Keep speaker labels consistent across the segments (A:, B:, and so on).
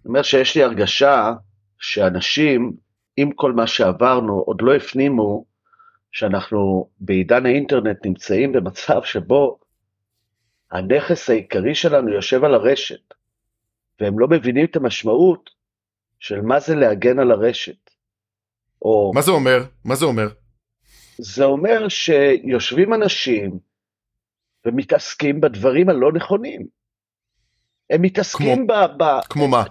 A: אומר שיש לי הרגשה שאנשים, עם כל מה שעברנו, עוד לא הפנימו שאנחנו בעידן האינטרנט נמצאים במצב שבו הנכס העיקרי שלנו יושב על הרשת, והם לא מבינים את המשמעות של מה זה להגן על הרשת. או
B: מה זה אומר? מה זה אומר?
A: זה אומר שיושבים אנשים ומתעסקים בדברים הלא נכונים. הם מתעסקים
B: כמו מה?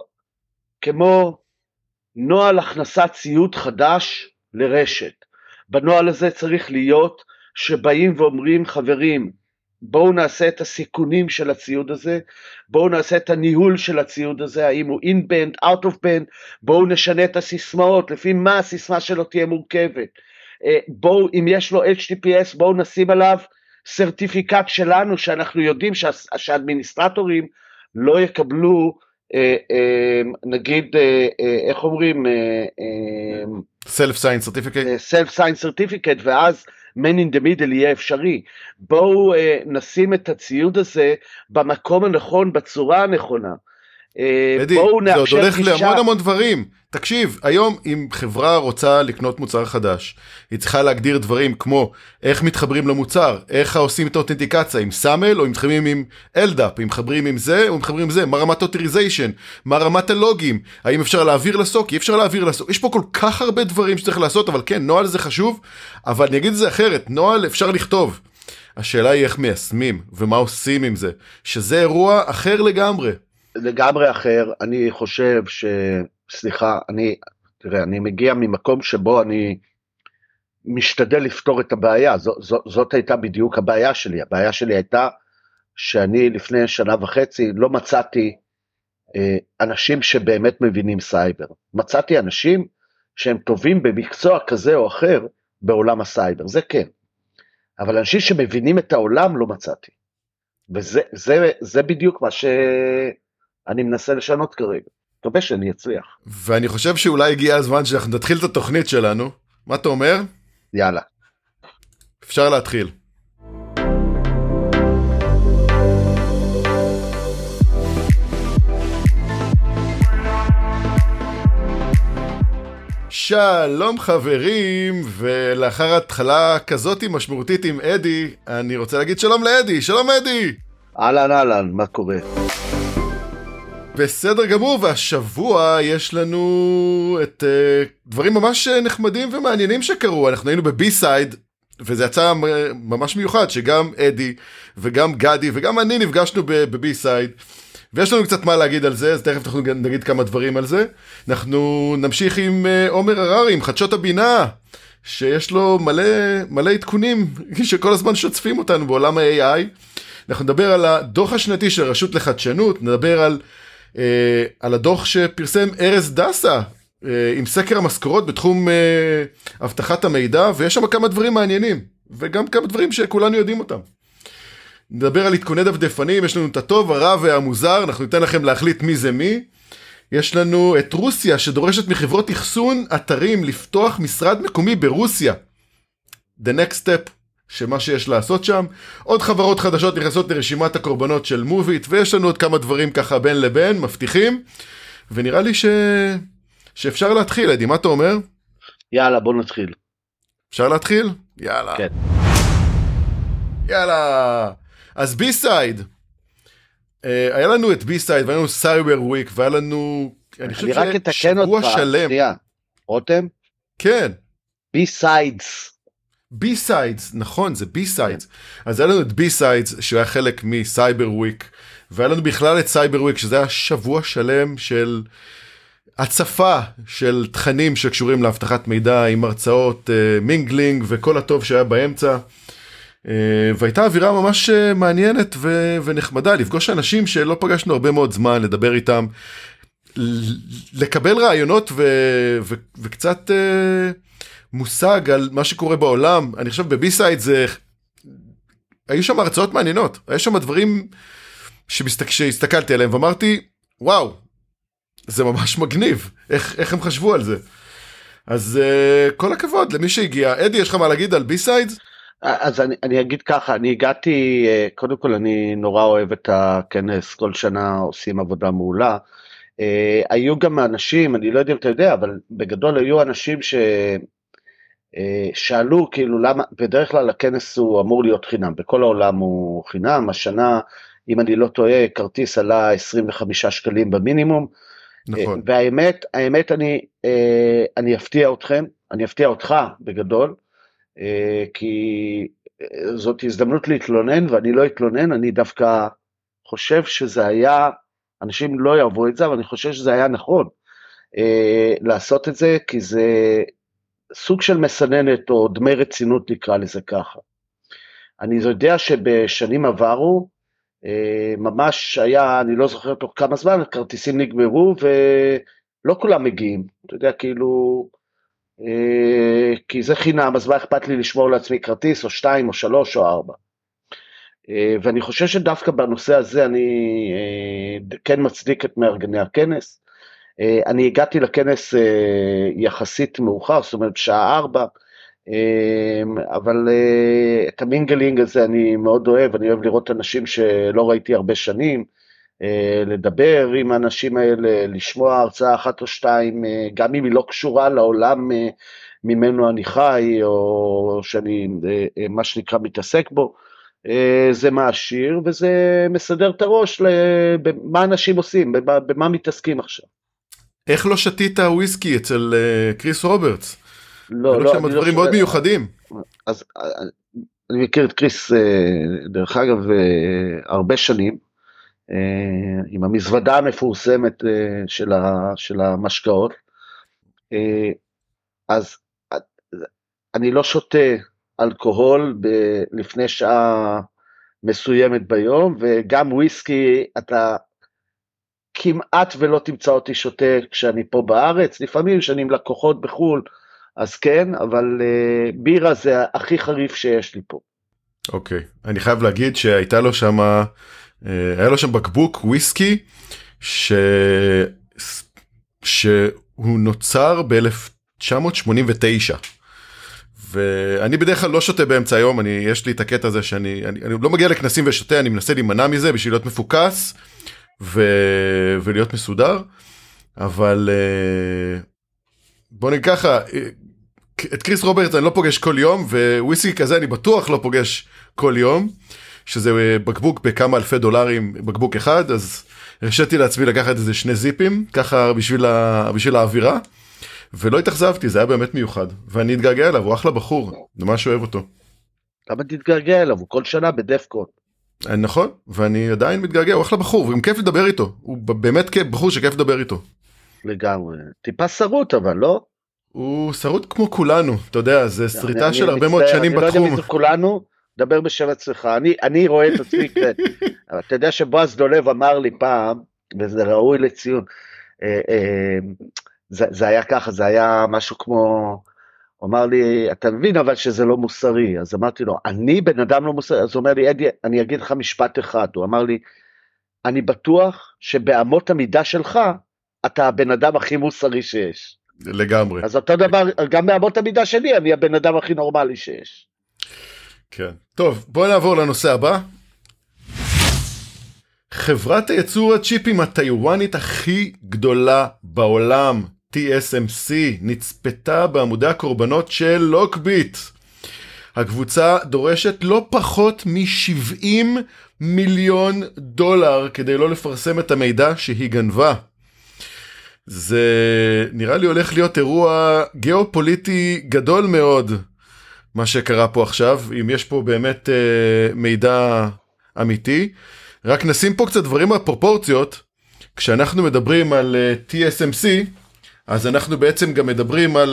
A: כמו נוהל הכנסת ציוד חדש לרשת. בנוהל הזה צריך להיות שבאים ואומרים, חברים, בואו נעשה את הסיכונים של הציוד הזה, בואו נעשה את הניהול של הציוד הזה, האם הוא in-band, out-of-band, בואו נשנה את הסיסמאות, לפי מה הסיסמה שלו תהיה מורכבת, בואו, אם יש לו HTTPS, בואו נשים עליו סרטיפיקט שלנו, שאנחנו יודעים שהאדמיניסטרטורים לא יקבלו, נגיד, איך אומרים,
B: Self-Sign Certificate?
A: Self-Sign Certificate, ואז man in the middle יהיה אפשרי. בואו נשים את הציוד הזה במקום הנכון, בצורה הנכונה.
B: אדי, זה עוד הולך להמון דברים. תקשיב, היום אם חברה רוצה לקנות מוצר חדש, היא צריכה להגדיר דברים כמו איך מתחברים למוצר, איך עושים את האותנטיקציה, עם סאמל או עם מתחברים עם LDAP, אם מתחברים עם זה או מתחברים עם זה, מה רמת אוטוריזיישן, מה רמת הלוגים, האם אפשר להעביר לסוק, אי אפשר להעביר לסוק, יש פה כל כך הרבה דברים שצריך לעשות, אבל כן, נוהל זה חשוב, אבל אני אגיד את זה אחרת, נוהל אפשר לכתוב, השאלה היא איך מיישמים ומה עושים עם זה, שזה אירוע אחר לגמרי.
A: לגמרי אחר. אני חושב סליחה, אני מגיע ממקום שבו אני משתדל לפתור את הבעיה, זאת הייתה בדיוק הבעיה שלי. הבעיה שלי הייתה שאני לפני 1.5 שנה לא מצאתי אנשים שבאמת מבינים סייבר. מצאתי אנשים שהם טובים במקצוע כזה או אחר בעולם הסייבר, זה כן. אבל אנשים שמבינים את העולם לא מצאתי. וזה בדיוק מה שאני מנסה לשנות כרגע. מקווה שאני אצליח.
B: ואני חושב שאולי הגיע הזמן שאנחנו נתחיל את התוכנית שלנו. מה אתה אומר?
A: יאללה.
B: אפשר להתחיל. שלום חברים, ולאחר התחלה כזאת משמעותית עם אדי, אני רוצה להגיד שלום לאדי. שלום אדי.
A: אהלן, מה קורה?
B: בסדר גמור, והשבוע יש לנו את דברים ממש נחמדים ומעניינים שקרו. אנחנו היינו בבי-סייד, וזה יצא ממש מיוחד, שגם אדי וגם גדי וגם אני נפגשנו בבי-סייד, ויש לנו קצת מה להגיד על זה, אז תכף אנחנו נגיד כמה דברים על זה. אנחנו נמשיך עם עומר הררי, עם חדשות הבינה, שיש לו מלא עדכונים שכל הזמן שוצפים אותנו בעולם ה-AI. אנחנו נדבר על הדוח השנתי של רשות לחדשנות, נדבר על הדוח שפרסם ארז דסה, עם סקר המשכורות בתחום הבטחת המידע, ויש שם כמה דברים מעניינים, וגם כמה דברים שכולנו יודעים אותם. נדבר על עדכוני דפדפנים, יש לנו את הטוב, הרע והמוזר, אנחנו ניתן לכם להחליט מי זה מי. יש לנו את רוסיה, שדורשת מחברות אחסון אתרים לפתוח משרד מקומי ברוסיה. The next step. שמה שיש לעשות שם, עוד חברות חדשות נכנסות לרשימת הקורבנות של מוביט, ויש לנו עוד כמה דברים ככה בין לבין, מבטיחים, ונראה לי שאפשר להתחיל. אדי, מה אתה אומר?
A: יאללה, בוא נתחיל.
B: אפשר להתחיל? יאללה.
A: כן.
B: יאללה. אז בי-סייד. היה לנו את בי-סייד, והיה לנו סייבר וויק, והיה לנו, אני חושב שבוע שלם.
A: רותם?
B: כן.
A: בי-סיידס.
B: בי-סיידס, נכון, זה בי-סיידס. אז היה לנו את בי-סיידס, שהוא היה חלק מסייבר וויק, והיה לנו בכלל את סייבר וויק, שזה היה שבוע שלם של הצפה של תכנים שקשורים להבטחת מידע, עם הרצאות, מינגלינג וכל הטוב שהיה באמצע. והייתה אווירה ממש מעניינת ונחמדה, לפגוש אנשים שלא פגשנו הרבה מאוד זמן, לדבר איתם, לקבל רעיונות וקצת מושג על מה שקורה בעולם. אני חושב בבי-סייד היו שם הרצאות מעניינות, היו שם דברים שהסתכלתי עליהם ואמרתי, וואו, זה ממש מגניב, איך הם חשבו על זה. אז כל הכבוד למי שהגיע. אדי, יש לך מה להגיד על בי-סייד?
A: אז אני אגיד ככה, אני הגעתי, קודם כל אני נורא אוהב את הכנס, כל שנה עושים עבודה מעולה, היו גם אנשים, אני לא יודע אם אתה יודע, אבל בגדול היו אנשים שאלו כאילו למה, בדרך כלל הכנס הוא אמור להיות חינם, בכל העולם הוא חינם, השנה, אם אני לא טועה, כרטיס עלה 25 שקלים במינימום,
B: נכון.
A: והאמת אני אפתיע אתכם, אני אפתיע אותך בגדול, כי זאת הזדמנות להתלונן, ואני לא אתלונן, אני דווקא חושב שזה היה, אנשים לא יאהבו את זה, אבל אני חושב שזה היה נכון לעשות את זה, כי זה סוג של מסננת או דמי רצינות נקרא לזה ככה. אני יודע שבשנים עברו, ממש היה, אני לא זוכר תוך כמה זמן, הכרטיסים נגמרו ולא כולם מגיעים, אתה יודע, כאילו, כי זה חינם, אז מה אכפת לי לשמור לעצמי כרטיס, או 2 או 3 או 4. ואני חושב שדווקא בנושא הזה אני כן מצדיק את מארגני הכנס. אני הגעתי לכנס יחסית מאוחר, זאת אומרת בשעה 4, אבל את המינגלינג הזה אני מאוד אוהב, אני אוהב לראות אנשים שלא ראיתי הרבה שנים, לדבר עם האנשים האלה, לשמוע הרצאה אחת או שתיים, גם אם היא לא קשורה לעולם ממנו אני חי, או שאני מה שנקרא מתעסק בו, זה מעשיר וזה מסדר את הראש במה אנשים עושים, במה מתעסקים עכשיו.
B: איך לא שתית וויסקי אצל קריס רוברטס?
A: לא,
B: לא, שם דברים מאוד מיוחדים.
A: אז אני מכיר את קריס, דרך אגב, הרבה שנים, עם המזוודה המפורסמת של המשקאות, אז אני לא שותה אלכוהול לפני שעה מסוימת ביום, וגם וויסקי אתה כמעט ולא תמצא אותי שותה כשאני פה בארץ, לפעמים שאני עם לקוחות בחול, אז כן, אבל בירה זה הכי חריף שיש לי פה.
B: אוקיי, אני חייב להגיד שהייתה לו שם, היה לו שם בקבוק וויסקי, שהוא נוצר ב-1989, ואני בדרך כלל לא שותה באמצע היום, יש לי את הקטע הזה שאני לא מגיע לכנסים ושותה, אני מנסה להימנע מזה בשביל להיות מפוקס, ולהיות מסודר, אבל בוא נגיד ככה, את קריס רוברטס אני לא פוגש כל יום, וויסקי כזה אני בטוח לא פוגש כל יום, שזה בקבוק בכמה אלפי דולרים, בקבוק אחד, אז הרשיתי לעצמי לקחת איזה 2 זיפים, ככה בשביל האווירה, ולא התאכזבתי, זה היה באמת מיוחד, ואני אתגעגע אליו, הוא אחלה בחור, ממש אוהב אותו.
A: למה תתגעגע אליו? הוא כל שנה בדפקון.
B: נכון, ואני עדיין מתגעגע, הוא אחלה בחור, וגם כיף לדבר איתו, הוא באמת בחור שכיף לדבר איתו.
A: לגמרי, טיפה שרוט אבל לא? הוא
B: שרוט כמו כולנו, אתה יודע, זה שריטה של הרבה מאוד שנים בתחום.
A: אני לא יודע מי זה כולנו, דבר בשם עצמך, אני רואה את עצמי, אבל אתה יודע שבועז דולב אמר לי פעם, וזה ראוי לציון, זה היה ככה, זה היה משהו כמו, הוא אמר לי, אתה מבין אבל שזה לא מוסרי, אז אמרתי לו, אני בן אדם לא מוסרי, אז הוא אומר לי, אדי, אני אגיד לך משפט אחד, הוא אמר לי, אני בטוח שבאמות המידה שלך, אתה הבן אדם הכי מוסרי שיש.
B: לגמרי.
A: אז אותו דבר, גם באמות המידה שלי, אני הבן אדם הכי נורמלי שיש.
B: כן. טוב, בואו נעבור לנושא הבא. חברת הייצור הצ'יפים הטיוואנית הכי גדולה בעולם, TSMC, נצפתה בעמודי הקורבנות של לוקביט. הקבוצה דורשת לא פחות מ$70 מיליון כדי לא לפרסם את המידע שהיא גנבה. זה נראה לי הולך להיות אירוע גיאופוליטי גדול מאוד, מה שקרה פה עכשיו, אם יש פה באמת מידע אמיתי. רק נשים פה קצת דברים בפרופורציות, כשאנחנו מדברים על TSMC, אז אנחנו בעצם גם מדברים על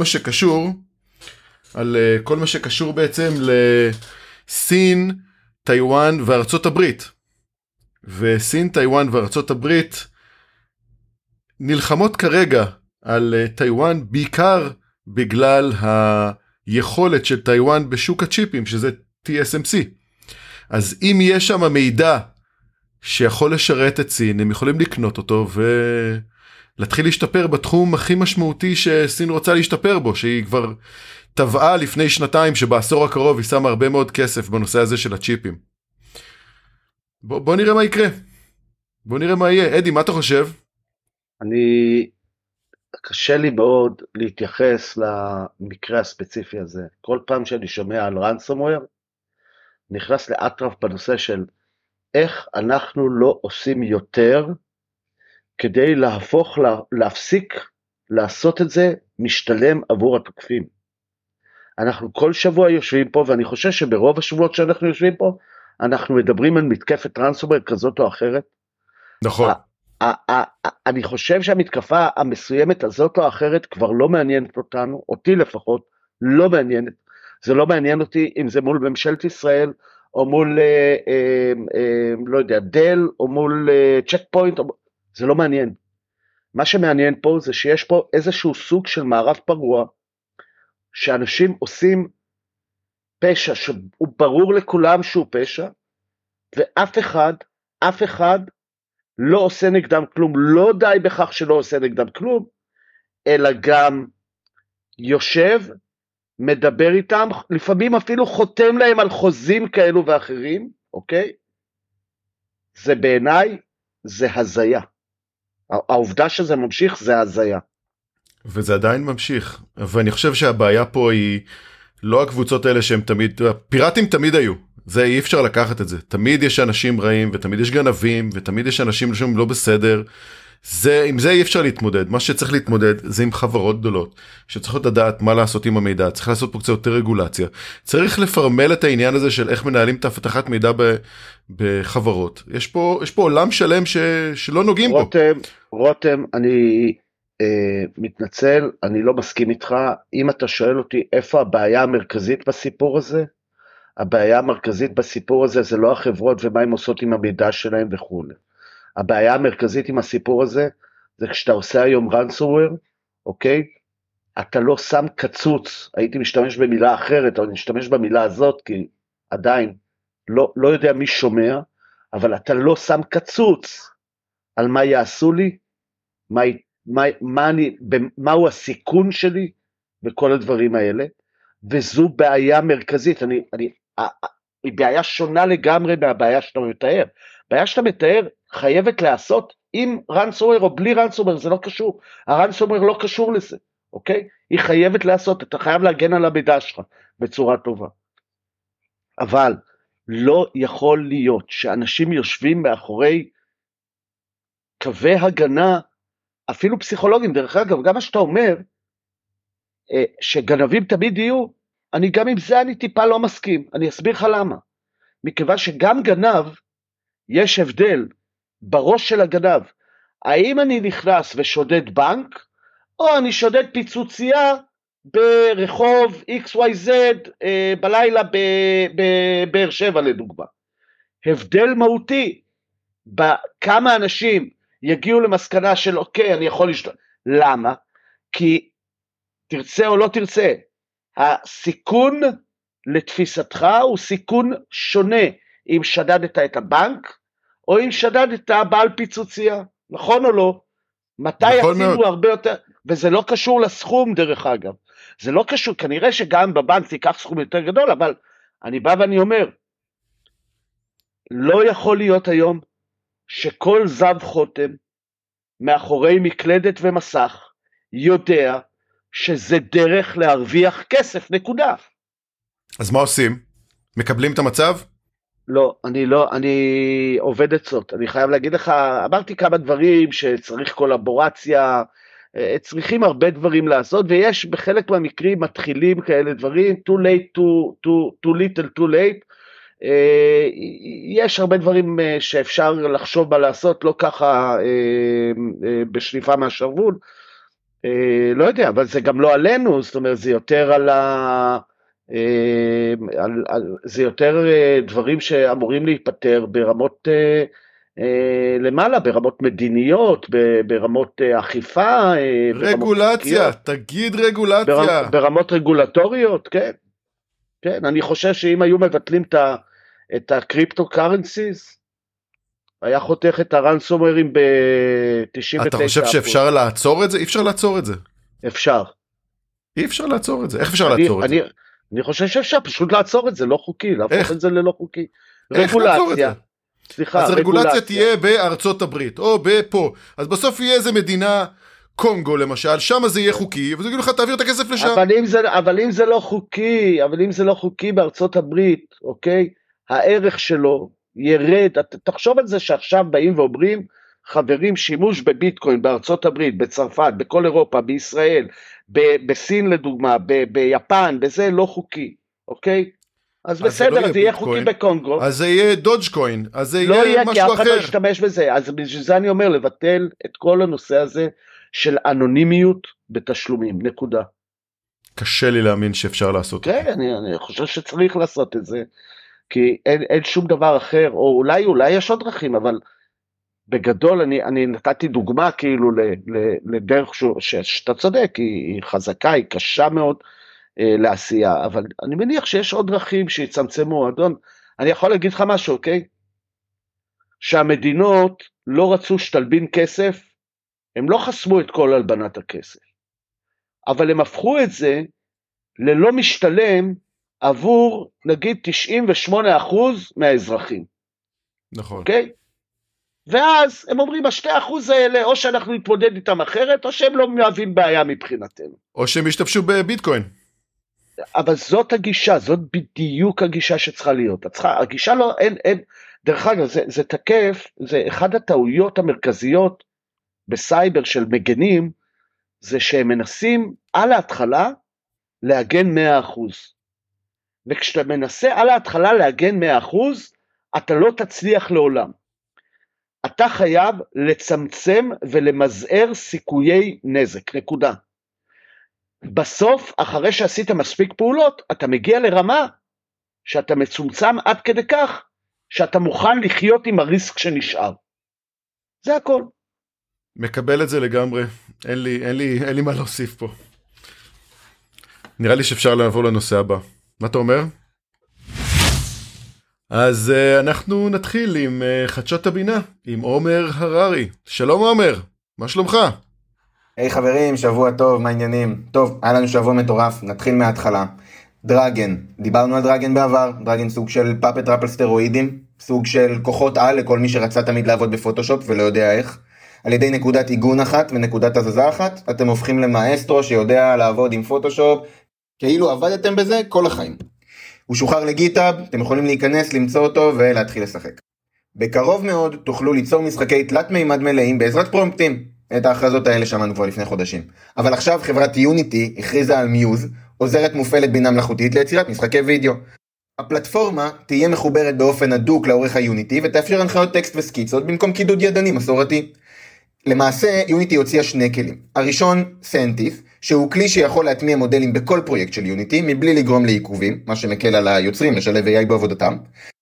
B: כל מה שקשור, בעצם לסין, טיואן וארצות הברית. וסין, טיואן וארצות הברית נלחמות כרגע על טיואן, בעיקר בגלל היכולת של טיואן בשוק הצ'יפים, שזה TSMC. אז אם יש שם מידע שיכול לשרת את סין, הם יכולים לקנות אותו ולהתחיל להשתפר בתחום הכי משמעותי שסין רוצה להשתפר בו, שהיא כבר טבעה לפני 2 שבעשור הקרוב היא שמה הרבה מאוד כסף בנושא הזה של הצ'יפים. בוא נראה מה יקרה. בוא נראה מה יהיה. אדי, מה אתה חושב?
A: אני, קשה לי מאוד להתייחס למקרה הספציפי הזה. כל פעם שאני שומע על ransomware, נכנס לאטרף בנושא של איך אנחנו לא עושים יותר כדי להפסיק לעשות את זה משתלם עבור התוקפים. אנחנו כל שבוע יושבים פה, ואני חושב שברוב השבועות שאנחנו יושבים פה, אנחנו מדברים על מתקפת ransomware כזאת או אחרת.
B: נכון.
A: אני חושב שהמתקפה המסוימת הזאת או אחרת כבר לא מעניינת אותנו, אותי לפחות, לא מעניינת. זה לא מעניין אותי אם זה מול ממשלת ישראל, או מול, לא יודע, דל, או מול צ'ק פוינט, זה לא מעניין. מה שמעניין פה זה שיש פה איזשהו סוג של מערב פרוע, שאנשים עושים פשע, שהוא ברור לכולם שהוא פשע, ואף אחד לא עושה נגדם כלום, לא די בכך שלא עושה נגדם כלום, אלא גם יושב, מדבר איתם, לפעמים אפילו חותם להם על חוזים כאלו ואחרים, אוקיי? זה בעיניי, זה הזיה. העובדה שזה ממשיך זה הזיה.
B: וזה עדיין ממשיך, ואני חושב שהבעיה פה היא לא הקבוצות האלה שהם תמיד, פיראטים תמיד היו, זה אי אפשר לקחת את זה, תמיד יש אנשים רעים, ותמיד יש גנבים, ותמיד יש אנשים שהם לא בסדר, עם זה אי אפשר להתמודד, מה שצריך להתמודד זה עם חברות גדולות, שצריכות לדעת מה לעשות עם המידע, צריך לעשות פה קצת יותר רגולציה, צריך לפרמל את העניין הזה של איך מנהלים את הבטחת מידע בחברות, יש פה עולם שלם שלא נוגעים בו.
A: רותם, אני מתנצל, אני לא מסכים איתך, אם אתה שואל אותי איפה הבעיה המרכזית בסיפור הזה, הבעיה המרכזית בסיפור הזה זה לא החברות ומה הן עושות עם המידע שלהם וכו'. הבעיה המרכזית עם הסיפור הזה, זה כשאתה עושה היום ransomware, אוקיי? אתה לא שם קצוץ, הייתי משתמש במילה אחרת, אבל אני משתמש במילה הזאת, כי עדיין לא יודע מי שומע, אבל אתה לא שם קצוץ על מה יעשו לי, מהו הסיכון שלי, וכל הדברים האלה, וזו בעיה מרכזית, היא בעיה שונה לגמרי מהבעיה שאתה מתאר, בעיה שאתה מתאר חייבת לעשות עם ransomware או בלי ransomware, זה לא קשור, ה-ransomware לא קשור לזה, אוקיי? היא חייבת לעשות, אתה חייב להגן על המידע שלך בצורה טובה, אבל לא יכול להיות שאנשים יושבים מאחורי קווי הגנה, אפילו פסיכולוגים, דרך אגב, גם מה שאתה אומר, שגנבים תמיד יהיו, גם עם זה אני טיפה לא מסכים, אני אסביר לך למה, מכיוון שגם גנב, יש הבדל בראש של הגנב, האם אני נכנס ושודד בנק, או אני שודד פיצוצייה ברחוב XYZ בלילה בבאר שבע לדוגמה. הבדל מהותי, בכמה אנשים יגיעו למסקנה של אוקיי, אני יכול לשדוד. למה? כי תרצה או לא תרצה, הסיכון לתפיסתך הוא סיכון שונה, אם שדדת את הבנק, או אם שדדת בעל פיצוצייה, נכון או לא? מתי ישימו הרבה יותר, וזה לא קשור לסכום דרך אגב, זה לא קשור, כנראה שגם בבנק תיקח סכום יותר גדול, אבל אני בא ואני אומר, לא יכול להיות היום, שכל זב חותם, מאחורי מקלדת ומסך, יודע, שזה דרך להרוויח כסף, נקודה.
B: אז מה עושים? מקבלים את המצב?
A: לא, אני עובד עצות, אני חייב להגיד לך, אמרתי כמה דברים שצריך קולבורציה, צריכים הרבה דברים לעשות, ויש בחלק מהמקרים מתחילים כאלה דברים, too late, too little, too late, יש הרבה דברים שאפשר לחשוב מה לעשות, לא ככה בשליפה מהשרוול, לא יודע, אבל זה גם לא עלינו, זאת אומרת, זה יותר זה יותר דברים שאמורים להיפטר ברמות למעלה, ברמות מדיניות, ברמות אכיפה,
B: רגולציה, תגיד רגולציה.
A: ברמות רגולטוריות, כן. כן, אני חושב שאם היו מבטלים את הקריפטו קרנסיס, היה חותך את הרנסומרים ב-99%.
B: אתה חושב שאפשר לעצור את זה? אי אפשר לעצור את זה.
A: אפשר.
B: אי אפשר לעצור את זה. איך אפשר לעצור את זה?
A: אני חושב שאפשר פשוט לעצור את זה, לא חוקי, להפוך את זה ללא חוקי.
B: רגולציה.
A: סליחה,
B: אז הרגולציה תהיה בארצות הברית, או בפה. אז בסוף יהיה איזה מדינה, קונגו למשל, שם זה יהיה חוקי, וזה יגיד לך, תעביר את הכסף לשם.
A: אבל אם זה לא חוקי בארצות הברית, אוקיי? הערך שלו ירד, תחשוב על זה שעכשיו באים ואומרים, חברים, שימוש בביטקוין בארצות הברית, בצרפת, בכל אירופה, בישראל, בסין לדוגמה, ביפן, בזה לא חוקי, אוקיי? אז בסדר, אז זה יהיה חוקי בקונגו.
B: אז זה יהיה דודג'קוין, אז זה
A: לא
B: יהיה משהו אחר.
A: כי אף אחד לא ישתמש בזה, אז בשביל זה אני אומר, לבטל את כל הנושא הזה של אנונימיות בתשלומים, נקודה.
B: קשה לי להאמין שאפשר לעשות את זה.
A: כן, אני חושב שצריך לעשות את זה, כי אין שום דבר אחר, או אולי יש עוד דרכים, אבל בגדול אני נתתי דוגמה כאילו לדרך שאתה צודק, היא חזקה, היא קשה מאוד לעשייה, אבל אני מניח שיש עוד דרכים שיצמצמו. אדון, אני יכול להגיד לך משהו, אוקיי? שהמדינות לא רצו שתלבין כסף, הם לא חסמו את כל הלבנת הכסף, אבל הם הפכו את זה ללא משתלם עבור נגיד 98% מהאזרחים.
B: נכון.
A: אוקיי? ואז הם אומרים, 2% האלה, או שאנחנו נתמודד איתם אחרת, או שהם לא מהווים בעיה מבחינתנו.
B: או שהם ישתמשו בביטקוין.
A: אבל זאת הגישה, זאת בדיוק הגישה שצריכה להיות. הגישה לא, אין, דרך אגב, זה תקף, זה אחד הטעויות המרכזיות בסייבר של מגנים, זה שהם מנסים על ההתחלה להגן 100%. וכשאתה מנסה על ההתחלה להגן 100%, אתה לא תצליח לעולם. אתה חייב לצמצם ולמזער סיכויי נזק, נקודה. בסוף, אחרי שעשית מספיק פעולות, אתה מגיע לרמה שאתה מצומצם עד כדי כך, שאתה מוכן לחיות עם הריסק שנשאר. זה הכל.
B: מקבל את זה לגמרי. אין לי מה להוסיף פה. נראה לי שאפשר לעבור לנושא הבא. מה אתה אומר? אז אנחנו נתחיל עם חדשות הבינה, עם עומר הררי. שלום עומר, מה שלומך?
C: היי חברים, שבוע טוב, מה העניינים? טוב, היה לנו שבוע מטורף, נתחיל מההתחלה. דרגן, דיברנו על דרגן בעבר, דרגן סוג של פאפט ראפ על סטרואידים, סוג של כוחות על לכל מי שרצה תמיד לעבוד בפוטושופ ולא יודע איך. על ידי נקודת עיגון אחת ונקודת הזזה אחת, אתם הופכים למאסטרו שיודע לעבוד עם פוטושופ, כאילו עבדתם בזה כל החיים. הוא שוחרר לגיטאב, אתם יכולים להיכנס, למצוא אותו ולהתחיל לשחק. בקרוב מאוד תוכלו ליצור משחקי תלת מימד מלאים בעזרת פרומפטים. את ההכרזות האלה שמענו כבר לפני חודשים. אבל עכשיו חברת יוניטי הכריזה על מיוז, עוזרת מופעלת בינה מלאכותית ליצירת משחקי וידאו. הפלטפורמה תהיה מחוברת באופן הדוק לעורך היוניטי ותאפשר הנחיות טקסט וסקיצות במקום קידוד ידני מסורתי. למעשה יוניטי הוציאה שני כלים. הראשון סנטיף, שהוא כלי שיכול להטמיע מודלים בכל פרויקט של יוניטי מבלי לגרום לעיכובים, מה שמקל על היוצרים לשלב AI בעבודתם.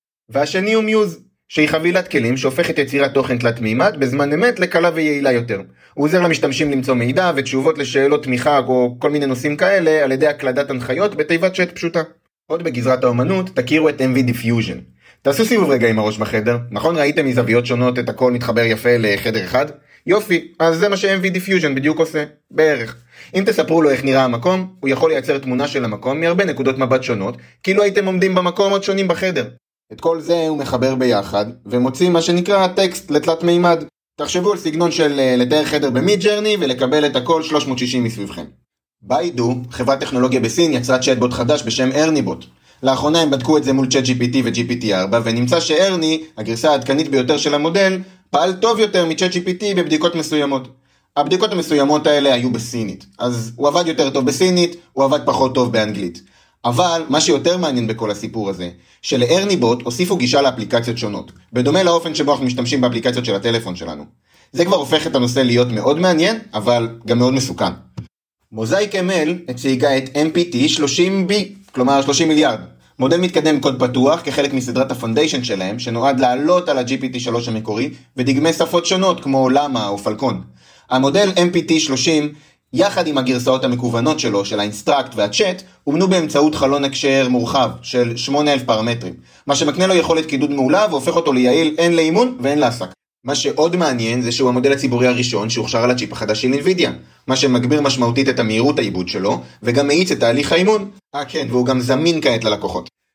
C: והשני הוא מיוז, שהיא חבילת כלים שהופכת יצירת תוכן תלת מימד בזמן אמת לקלה ויעילה יותר. הוא עוזר למשתמשים למצוא מידע ותשובות לשאלות תמיכה או כל מיני נושאים כאלה על ידי הקלדת הנחיות בתיבת צ'אט פשוטה. עוד בגזרת האומנות תכירו את MV Diffusion. תעשו סיבוב רגע עם הראש בחדר, נכון ראיתם מזוויות שונות את הכל מתחבר יפה לחדר אחד? יופי, אז זה מה ש-MV Diffusion בדיוק עושה, בערך. אם תספרו לו איך נראה המקום, הוא יכול לייצר תמונה של המקום מהרבה נקודות מבט שונות, כאילו הייתם עומדים במקומות שונים בחדר. את כל זה הוא מחבר ביחד, ומוציא מה שנקרא טקסט לתלת מימד. תחשבו על סגנון של לתאר חדר במיד ג'רני, ולקבל את הכל 360 מסביבכם. ביידו, חברת טכנולוגיה בסין, יצרה צ'אטבוט חדש בשם ארניבוט. לאחרונה הם בדקו את זה מול ChatGPT ו-GPT-4, ונמצא שארני, הגרסה העדכנית ביותר של המודל, פעל טוב יותר מ-ChatGPT בבדיקות מסוימות. הבדיקות המסוימות האלה היו בסינית, אז הוא עבד יותר טוב בסינית, הוא עבד פחות טוב באנגלית. אבל מה שיותר מעניין בכל הסיפור הזה, שלארניבוט הוסיפו גישה לאפליקציות שונות, בדומה לאופן שבו אנחנו משתמשים באפליקציות של הטלפון שלנו. זה כבר הופך את הנושא להיות מאוד מעניין, אבל גם מאוד מסוכן. מוזאיק ML הציגה את MPT-30B, כלומר 30 מיליארד. מודל מתקדם קוד פתוח כחלק מסדרת הפונדיישן שלהם, שנועד לעלות על ה-GPT-3 המקורי, ודגמי שפות שונות כמו למה או פלקון. המודל MPT-30, יחד עם הגרסאות המקוונות שלו, של האינסטרקט והצ'אט, אומנו באמצעות חלון הקשר מורחב של 8,000 פרמטרים, מה שמקנה לו יכולת קידוד מעולה והופך אותו ליעיל הן לאימון והן לעסק. מה שעוד מעניין זה שהוא המודל הציבורי הראשון שהוכשר על הצ'יפ החדש של NVIDIA, מה שמגביר משמעותית את המהירות העיבוד שלו, וגם מאיץ את תהליך האימון. כן, והוא גם זמין כעת ללקוחות.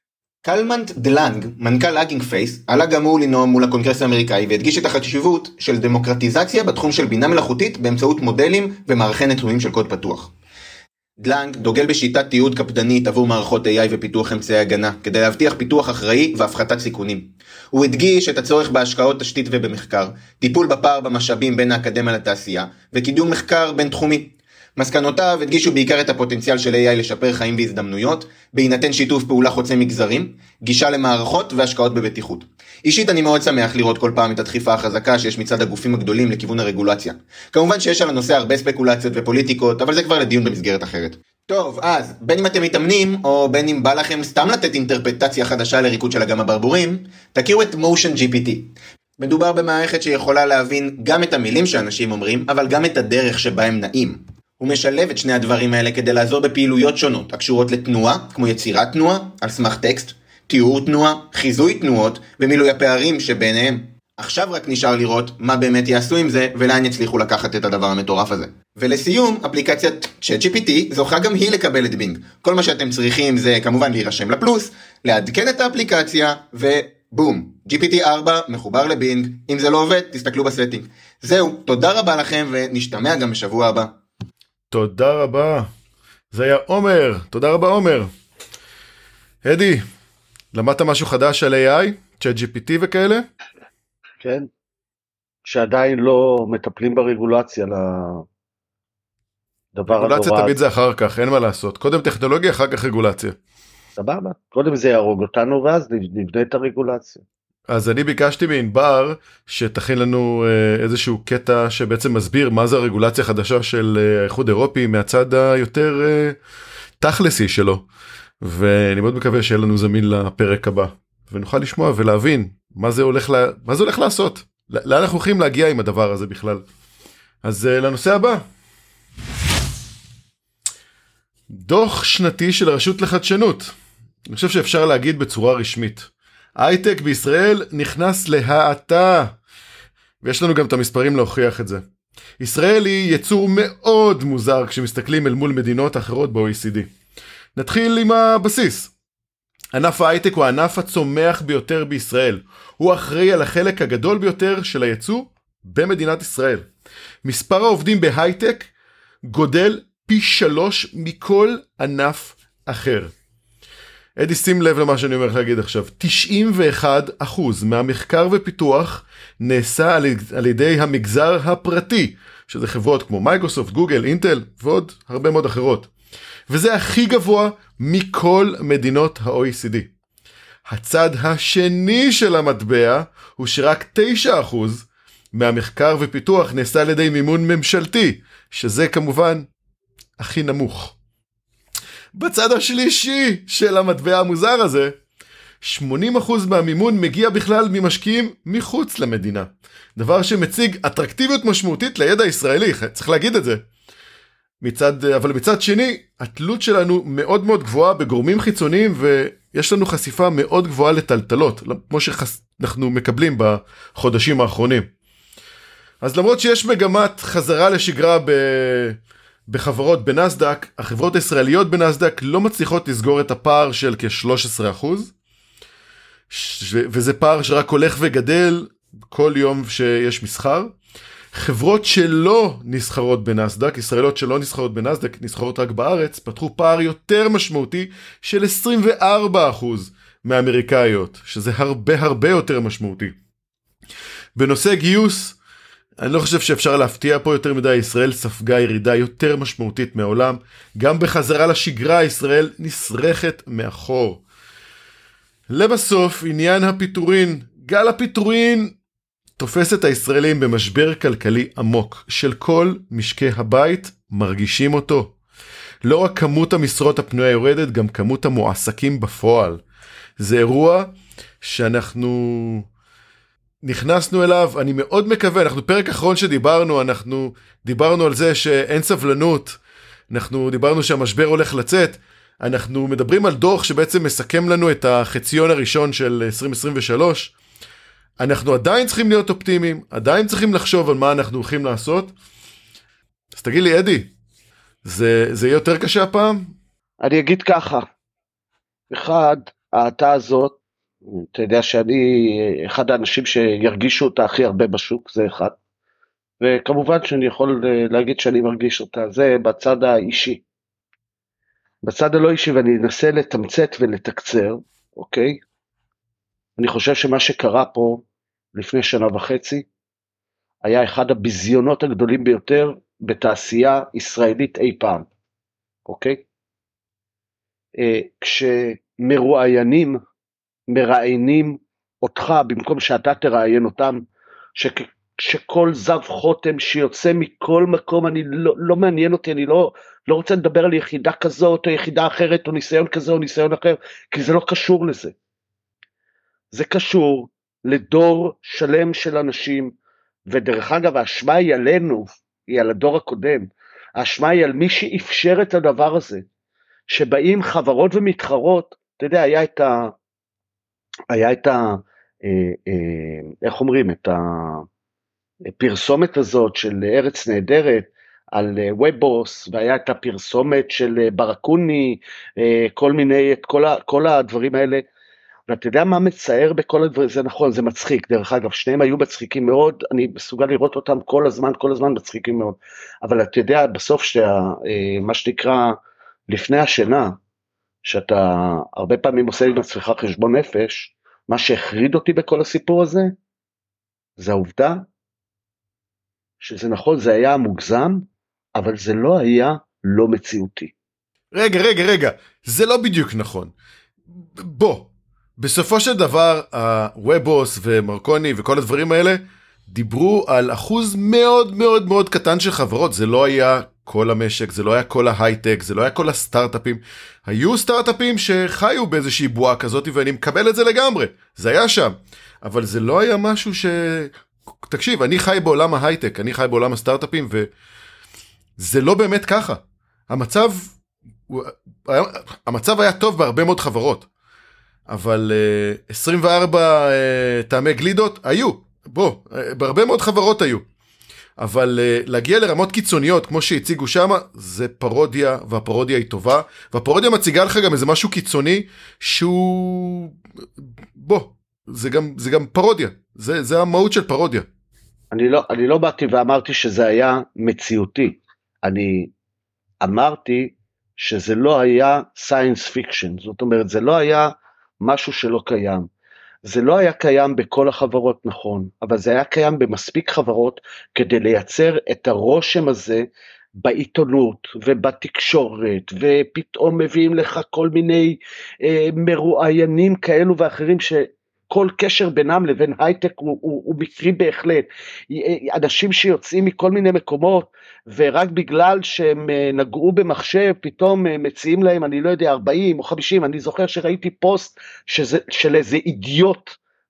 C: קלמנט דלנג, מנכ"ל הגינג פייס, עלה גם הוא לנאום מול הקונגרס האמריקאי והדגיש את החשיבות של דמוקרטיזציה בתחום של בינה מלאכותית באמצעות מודלים ומערכי נתונים של קוד פתוח. דלנג דוגל בשיטת תיעוד קפדנית עבור מערכות AI ופיתוח אמצעי הגנה, כדי להבטיח פיתוח אחראי והפחתת סיכונים. הוא הדגיש את הצורך בהשקעות תשתית ובמחקר, טיפול בפער במשאבים בין האקדמיה לתעשייה, וקידום מחקר בין תחומי. מסקנותיו הדגישו בעיקר את הפוטנציאל של AI לשפר חיים והזדמנויות, בהינתן שיתוף פעולה חוצה מגזרים, גישה למערכות והשקעות בבטיחות. אישית אני מאוד שמח לראות כל פעם את הדחיפה החזקה שיש מצד הגופים הגדולים לכיוון הרגולציה. כמובן שיש על הנושא הרבה ספקולציות ופוליטיקות, אבל זה כבר לדיון במסגרת אחרת. טוב, אז בין אם אתם מתאמנים, או בין אם בא לכם סתם לתת אינטרפטציה חדשה לריקוד של אגם הברבורים, תכירו את Motion GPT. מדובר במערכת שיכולה להבין גם את המילים שאנשים אומרים, אבל גם את הדרך שבה הם נעים. הוא משלב את שני הדברים האלה כדי לעזור בפעילויות שונות, הקשורות לתנועה, כמו יצירת תנועה, על סמך טקסט, תיאור תנועה, חיזוי תנועות, ומילוי הפערים שביניהם. עכשיו רק נשאר לראות מה באמת יעשו עם זה, ולאן יצליחו לקחת את הדבר המטורף הזה. ולסיום, אפליקציית ChatGPT זוכה גם היא לקבל את בינג. כל מה שאתם צריכים זה כמובן להירשם לפלוס, לעדכן את האפליקציה, ובום, GPT-4 מחובר לבינג. אם זה לא עובד, תסתכלו בסטינג. זהו, תודה רבה לכם, ונשתמע גם בשבוע הבא.
B: תודה רבה. זה היה עומר. תודה רבה עומר. אדי, למדת משהו חדש על AI? ChatGPT וכאלה?
A: כן. שעדיין לא מטפלים ברגולציה לדבר הנורא.
B: רגולציה תמיד זה אחר כך, אין מה לעשות. קודם טכנולוגיה, אחר כך רגולציה.
A: סבבה. קודם זה יהרוג אותנו ואז נבנה את הרגולציה.
B: אז אני ביקשתי מענבר שתכין לנו איזשהו קטע שבעצם מסביר מה זה הרגולציה החדשה של האיחוד אירופי מהצד היותר תכלסי שלו. ואני מאוד מקווה שיהיה לנו זמין לפרק הבא. ונוכל לשמוע ולהבין מה זה הולך לעשות. לאן אנחנו הולכים להגיע עם הדבר הזה בכלל. אז לנושא הבא. דוח שנתי של הרשות לחדשנות. אני חושב שאפשר להגיד בצורה רשמית. הייטק בישראל נכנס להאטה. ויש לנו גם את המספרים להוכיח את זה. ישראל היא יצור מאוד מוזר כשמסתכלים אל מול מדינות אחרות ב-OECD. נתחיל עם הבסיס. ענף ההייטק הוא הענף הצומח ביותר בישראל. הוא אחראי על החלק הגדול ביותר של הייצוא במדינת ישראל. מספר העובדים בהייטק גודל פי 3 מכל ענף אחר. אדי, שים לב למה שאני אומר להגיד עכשיו. 91% מהמחקר ופיתוח נעשה על ידי המגזר הפרטי, שזה חברות כמו מייקרוסופט, גוגל, אינטל ועוד הרבה מאוד אחרות. וזה הכי גבוה מכל מדינות ה-OECD. הצד השני של המטבע הוא שרק 9% מהמחקר ופיתוח נעשה על ידי מימון ממשלתי, שזה כמובן הכי נמוך. בצד השלישי של המטבע המוזר הזה, 80% מהמימון מגיע בכלל ממשקיעים מחוץ למדינה. דבר שמציג אטרקטיביות משמעותית לידע הישראלי, צריך להגיד את זה. אבל מצד שני, התלות שלנו מאוד מאוד גבוהה בגורמים חיצוניים, ויש לנו חשיפה מאוד גבוהה לטלטלות, כמו שאנחנו מקבלים בחודשים האחרונים. אז למרות שיש מגמת חזרה לשגרה בחברות בנסדק, החברות הישראליות בנסדק לא מצליחות לסגור את הפער של כ-13%, וזה פער שרק הולך וגדל כל יום שיש מסחר. חברות שלא נסחרות בנסדק, ישראליות שלא נסחרות בנסדק, נסחרות רק בארץ, פתחו פער יותר משמעותי של 24% מהאמריקאיות, שזה הרבה הרבה יותר משמעותי. בנושא גיוס, אני לא חושב שאפשר להפתיע פה יותר מדי, ישראל ספגה ירידה יותר משמעותית מהעולם, גם בחזרה לשגרה ישראל נסרכת מאחור. לבסוף, עניין הפיטורין, גל הפיטורין תופס את הישראלים במשבר כלכלי עמוק, של כל משקי הבית מרגישים אותו. לא רק כמות המשרות הפנויה יורדת, גם כמות המועסקים בפועל. זה אירוע שאנחנו נכנסנו אליו, אני מאוד מקווה, אנחנו פרק אחרון שדיברנו, אנחנו דיברנו על זה שאין סבלנות, אנחנו דיברנו שהמשבר הולך לצאת, אנחנו מדברים על דוח שבעצם מסכם לנו את החציון הראשון של 2023, אנחנו עדיין צריכים להיות אופטימיים, עדיין צריכים לחשוב על מה אנחנו הולכים לעשות. אז תגיד לי, אדי, זה יהיה יותר קשה הפעם?
A: אני אגיד ככה, אחד, ההאטה הזאת, אתה יודע שאני אחד האנשים שירגישו אותה הכי הרבה בשוק, זה אחד. וכמובן שאני יכול להגיד שאני מרגיש אותה, זה בצד האישי. בצד הלא אישי, ואני אנסה לתמצת ולתקצר, אוקיי? אני חושב שמה שקרה פה לפני 1.5 שנה, היה אחד הביזיונות הגדולים ביותר בתעשייה ישראלית אי פעם, אוקיי? מראיינים אותך במקום שאתה תראיין אותם, שכל זב חותם שיוצא מכל מקום, אני לא מעניין אותי, אני לא רוצה לדבר על יחידה כזאת או יחידה אחרת או ניסיון כזה או ניסיון אחר, כי זה לא קשור לזה. זה קשור לדור שלם של אנשים, ודרך אגב האשמה היא עלינו, היא על הדור הקודם, האשמה היא על מי שאפשר את הדבר הזה, שבאים חברות ומתחרות, אתה יודע, היה את איך אומרים, את הפרסומת הזאת של ארץ נהדרת, על וובוס, והיה את הפרסומת של ברקוני, כל מיני, כל הדברים האלה, ואתה יודע מה מצער בכל הדברים, זה נכון, זה מצחיק, דרך אגב, שניהם היו מצחיקים מאוד, אני מסוגל לראות אותם כל הזמן מצחיקים מאוד, אבל אתה יודע, בסוף מה שנקרא, לפני השינה, שאתה הרבה פעמים עושה עם עצמך חשבון נפש, מה שהחריד אותי בכל הסיפור הזה, זה העובדה, שזה נכון, זה היה מוגזם, אבל זה לא היה לא מציאותי.
B: רגע, זה לא בדיוק נכון. בוא, בסופו של דבר, הוובוס ומרקוני וכל הדברים האלה, דיברו על אחוז מאוד מאוד מאוד קטן של חברות, זה לא היה כל המשק, זה לא היה כל ההייטק, זה לא היה כל הסטארט-אפים, היו סטארט-אפים שחיו באיזושהי בועה כזאת, ואני מקבל את זה לגמרי, זה היה שם, אבל זה לא היה משהו תקשיב, אני חי בעולם ההייטק, אני חי בעולם הסטארט-אפים, וזה לא באמת ככה. המצב היה טוב בהרבה מאוד חברות, אבל 24 טעמי גלידות היו, בהרבה מאוד חברות היו. אבל להגיע לרמות קיצוניות, כמו שהציגו שם, זה פרודיה, והפרודיה היא טובה, והפרודיה מציגה לך גם איזה משהו קיצוני, שהוא, זה גם פרודיה, זה המהות של פרודיה.
A: אני לא באתי ואמרתי שזה היה מציאותי, אני אמרתי שזה לא היה science fiction, זאת אומרת, זה לא היה משהו שלא קיים, זה לא היה קיים בכל החברות, נכון, אבל זה היה קיים במספיק חברות, כדי לייצר את הרושם הזה, בעיתונות ובתקשורת, ופתאום מביאים לך כל מיני מרואיינים כאלו ואחרים, כל קשר בינם לבין הייטק הוא מקרי בהחלט, אנשים שיוצאים מכל מיני מקומות, ורק בגלל שהם נגעו במחשב, פתאום מציעים להם, אני לא יודע, 40 או 50, אני זוכר שראיתי פוסט של איזה אידיוט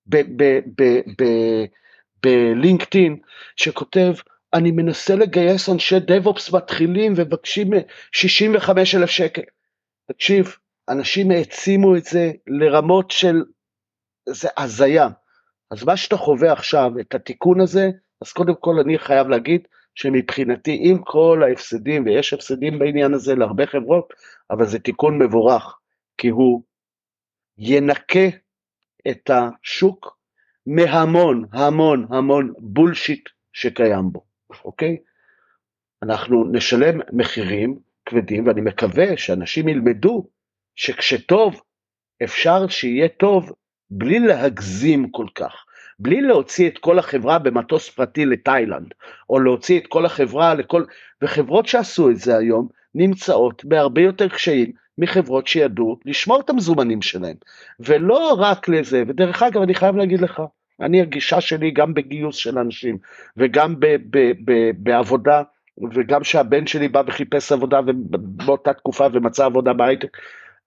A: בלינקדאין, שכותב, אני מנסה לגייס אנשי דב-אופס מתחילים, ובקשים 65,000 שקל, תקשיב, אנשים העצימו את זה לרמות של, זה הזיה. אז מה שאתה חווה עכשיו, את התיקון הזה, אז קודם כל אני חייב להגיד, שמבחינתי עם כל ההפסדים, ויש הפסדים בעניין הזה להרבה חברות, אבל זה תיקון מבורך, כי הוא ינקה את השוק, מהמון המון המון בולשיט שקיים בו, אוקיי? אנחנו נשלם מחירים כבדים, ואני מקווה שאנשים ילמדו, שכשטוב, אפשר שיהיה טוב, בלי להגזים כל כך, בלי להוציא את כל החברה במטוס פרטי לתאילנד, או להוציא את כל החברה וחברות שעשו את זה היום, נמצאות בהרבה יותר קשיים, מחברות שידעו לשמור את המזומנים שלהם, ולא רק לזה, ודרך אגב אני חייב להגיד לך, אני הגישה שלי גם בגיוס של אנשים, וגם בעבודה, וגם שהבן שלי בא וחיפש עבודה, ובאותה תקופה ומצא עבודה בהייטק,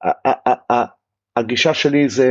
A: הגישה שלי זה,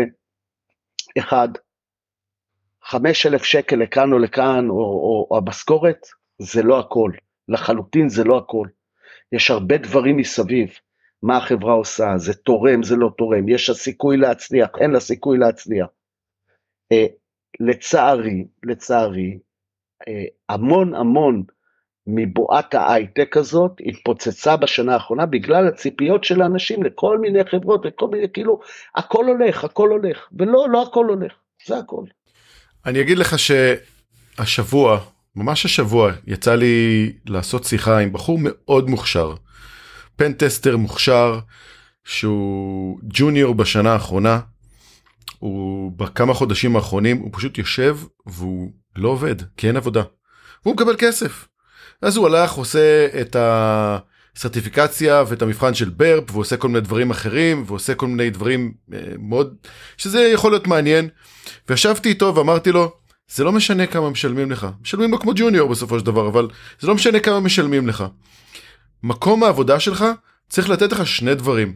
A: 5,000 שקל לכאן או לכאן, או המשכורת, זה לא הכל, לחלוטין זה לא הכל, יש הרבה דברים מסביב, מה החברה עושה, זה תורם, זה לא תורם, יש הסיכוי להצליח, אין לה סיכוי להצליח, לצערי, המון מבועת ההייטק הזאת התפוצצה בשנה האחרונה בגלל הציפיות של האנשים לכל מיני חברות וכל מיני, כאילו, הכל הולך, ולא, לא הכל הולך, זה הכל.
B: אני אגיד לך שהשבוע, ממש השבוע, יצא לי לעשות שיחה עם בחור מאוד מוכשר, פנטסטר מוכשר, שהוא ג'וניור בשנה האחרונה, הוא בכמה חודשים האחרונים, הוא פשוט יושב והוא לא עובד, כי אין עבודה. והוא מקבל כסף. אז הוא הלך, עושה את הסרטיפיקציה ואת המבחן של ברפ, והוא עושה כל מיני דברים אחרים, והוא עושה כל מיני דברים מאוד, שזה יכול להיות מעניין. וישבתי איתו ואמרתי לו, זה לא משנה כמה משלמים לך. משלמים לו כמו ג'וניור בסופו של דבר, אבל זה לא משנה כמה משלמים לך. מקום העבודה שלך צריך לתת לך שני דברים.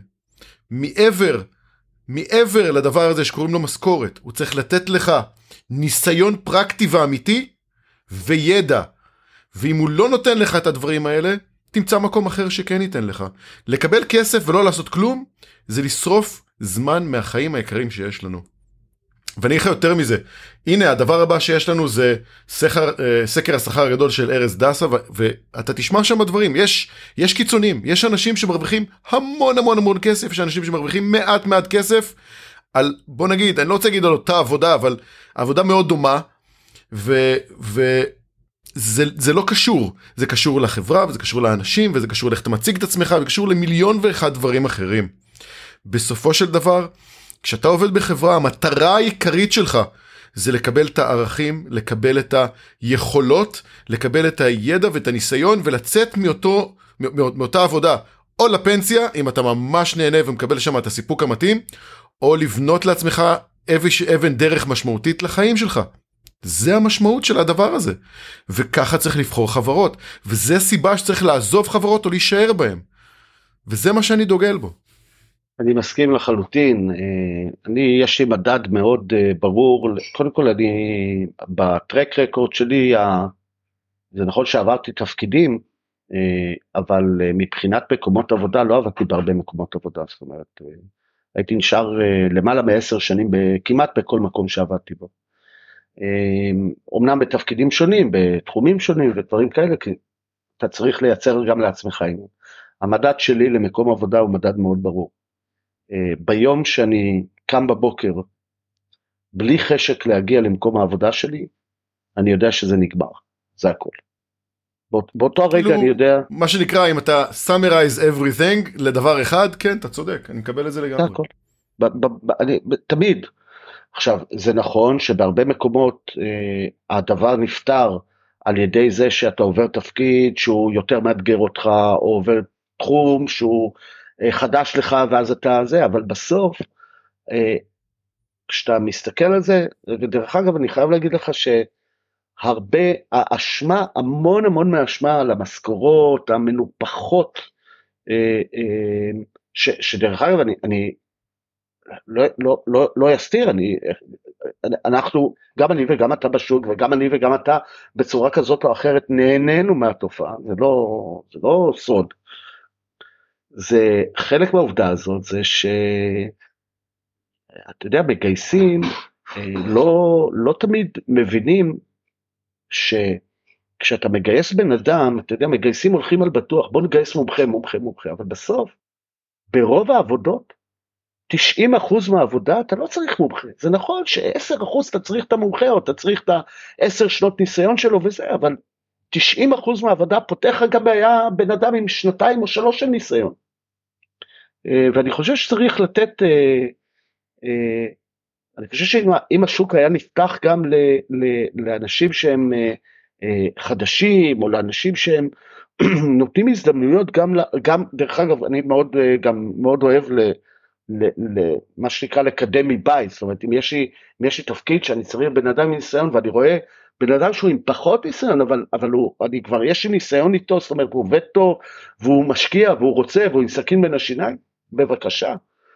B: מעבר לדבר הזה שקוראים לו משכורת, הוא צריך לתת לך ניסיון פרקטי ואמיתי וידע. ואם הוא לא נותן לך את הדברים האלה, תמצא מקום אחר שכן ייתן לך. לקבל כסף ולא לעשות כלום, זה לשרוף זמן מהחיים היקרים שיש לנו. ואני אגיד לך יותר מזה, הנה הדבר הבא שיש לנו זה סקר השכר הגדול של ארז דסה, ואתה תשמע שם דברים, יש קיצונים, יש אנשים שמרוויחים המון כסף, יש אנשים שמרוויחים מעט כסף, על, בוא נגיד, אני לא רוצה להגיד על אותה עבודה, אבל עבודה מאוד דומה, זה לא קשור, זה קשור לחברה, וזה קשור לאנשים, וזה קשור לאיך אתה מציג את עצמך, וקשור למיליון ואחד דברים אחרים. בסופו של דבר, כשאתה עובד בחברה, המטרה העיקרית שלך, זה לקבל את הערכים, לקבל את היכולות, לקבל את הידע ואת הניסיון, ולצאת מאותה עבודה, או לפנסיה, אם אתה ממש נהנה ומקבל שם את הסיפוק המתאים, או לבנות לעצמך אבן דרך משמעותית לחיים שלך. זה המשמעות של הדבר הזה. וככה צריך לבחור חברות. וזה סיבה שצריך לעזוב חברות או להישאר בהם. וזה מה שאני דוגל בו.
A: אני מסכים לחלוטין. יש לי מדד מאוד ברור. קודם כל, בטרק רקורד שלי, זה נכון שעברתי תפקידים, אבל מבחינת מקומות עבודה, לא עבדתי בהרבה מקומות עבודה. זאת אומרת, הייתי נשאר למעלה מ10 שנים, כמעט בכל מקום שעבדתי בו. אומנם בתפקידים שונים, בתחומים שונים ודברים כאלה, כי אתה צריך לייצר גם לעצמך. המדד שלי למקום עבודה הוא מדד מאוד ברור. ביום שאני קם בבוקר, בלי חשק להגיע למקום העבודה שלי, אני יודע שזה נגמר. זה הכל. באותו הרגע אני יודע...
B: מה שנקרא, אם אתה summarize everything לדבר אחד, כן, אתה צודק, אני מקבל את זה לגמרי.
A: זה הכל. תמיד. עכשיו, זה נכון שבהרבה מקומות הדבר נפטר על ידי זה שאתה עובר תפקיד שהוא יותר מאתגר אותך, או עובר תחום שהוא חדש לך ואז אתה זה, אבל בסוף, כשאתה מסתכל על זה, ודרך אגב אני חייב להגיד לך שהרבה, האשמה, המון מהאשמה על המשכורות, המנופחות, שדרך אגב אני לא יסתיר, אנחנו, גם אני וגם אתה בשוק, וגם אני וגם אתה, בצורה כזאת או אחרת, נהנינו מהתופעה, זה לא סוד. זה חלק מהעובדה הזאת, זה שאתה יודע, מגייסים, לא תמיד מבינים, שכשאתה מגייס בן אדם, אתה יודע, מגייסים הולכים על בטוח, בוא נגייס מומחה, אבל בסוף, ברוב העבודות, 90% מהעבודה אתה לא צריך מומחה, זה נכון ש10% אתה צריך את המומחה, או אתה צריך את 10 שנות ניסיון שלו וזה, אבל 90% מהעבודה פותח גם היה בן אדם עם 2 או 3 של ניסיון, ואני חושב שצריך לתת, אני חושב שאם השוק היה נפתח גם לאנשים שהם חדשים, או לאנשים שהם נותנים הזדמנויות, גם דרך אגב, אני מאוד אוהב מה שנקרא לקדם מבית, זאת אומרת, אם יש לי תפקיד שאני צריך בן אדם עם ניסיון, ואני רואה בן אדם שהוא עם פחות ניסיון, אבל אני כבר יש לי ניסיון איתו, זאת אומרת, הוא עובד טוב, והוא משקיע, והוא רוצה, והוא עם סכין בין השיניים, בבקשה,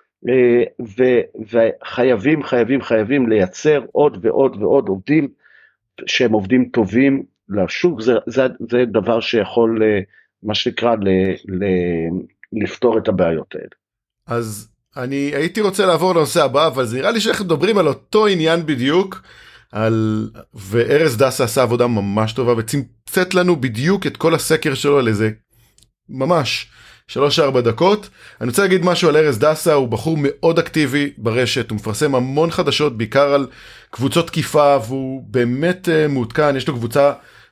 A: וחייבים לייצר עוד ועוד עובדים, שהם עובדים טובים לשוק, זה דבר שיכול, מה שנקרא, לפתור את הבעיות האלה.
B: אז אני הייתי רוצה לעבור לנושא הבא, אבל זה נראה לי שאנחנו מדברים על אותו עניין בדיוק, וארז דסה עשה עבודה ממש טובה, מתמצת לנו בדיוק את כל הסקר שלו על איזה ממש 3-4 דקות. אני רוצה להגיד משהו על ארז דסה, הוא בחור מאוד אקטיבי ברשת, הוא מפרסם המון חדשות, בעיקר על קבוצות תקיפה, והוא באמת מעודכן, יש לו קבוצה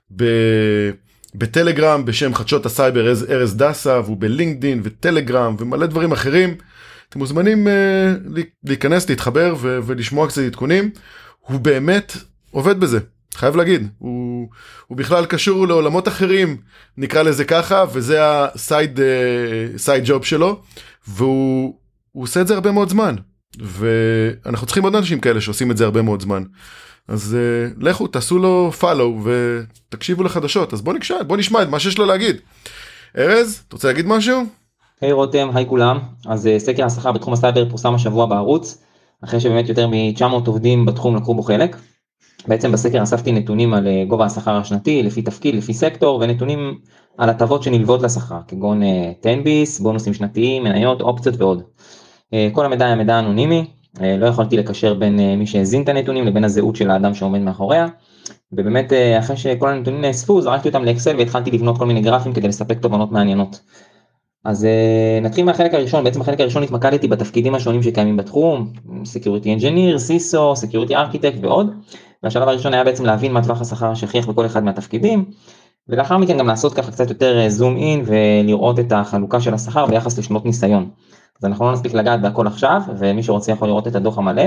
B: בטלגרם בשם חדשות הסייבר ארז דסה, והוא בלינקדין וטלגרם ומלא דברים אחרים. אתם מוזמנים להיכנס, להתחבר ולשמוע קצת עדכונים. הוא באמת עובד בזה, חייב להגיד. הוא בכלל קשור לעולמות אחרים, נקרא לזה ככה, וזה הסייד ג'וב שלו, והוא עושה את זה הרבה מאוד זמן. ואנחנו צריכים עוד אנשים כאלה שעושים את זה הרבה מאוד זמן. אז לכו, תעשו לו פולו ותקשיבו לחדשות. אז בוא נשמע את מה שיש לו להגיד. ארז, אתה רוצה להגיד משהו?
D: היי רותם, היי כולם. אז סקר השכר בתחום הסייבר פורסם השבוע בערוץ, אחרי שבאמת יותר מ-900 עובדים בתחום לקחו בו חלק. בעצם בסקר אספתי נתונים על גובה השכר השנתי, לפי תפקיד, לפי סקטור, ונתונים על הטבות שנלוות לשכר, כגון 10 בונוסים שנתיים, מניות, אופציות ועוד. כל המידע היה מידע אנונימי, לא יכולתי לקשר בין מי שהזין את הנתונים לבין הזהות של האדם שעומד מאחוריה, ובאמת אחרי שכל הנתונים נאספו, זרקתי אותם לאקסל והתחלתי לבנות כל מיני גרפים כדי לספק תובנות מעניינות. אז נתחיל מהחלק הראשון. בעצם החלק הראשון התמקדתי בתפקידים השונים שקיימים בתחום, Security Engineer, CISO, Security Architect ועוד, והשלב הראשון היה בעצם להבין מה טווח השכר השכיח בכל אחד מהתפקידים, ולאחר מכן גם לעשות ככה קצת יותר זום אין ולראות את החלוקה של השכר ביחס לשנות ניסיון. אז אנחנו לא נספיק לגעת בהכל עכשיו, ומי שרוצה יכול לראות את הדוח המלא,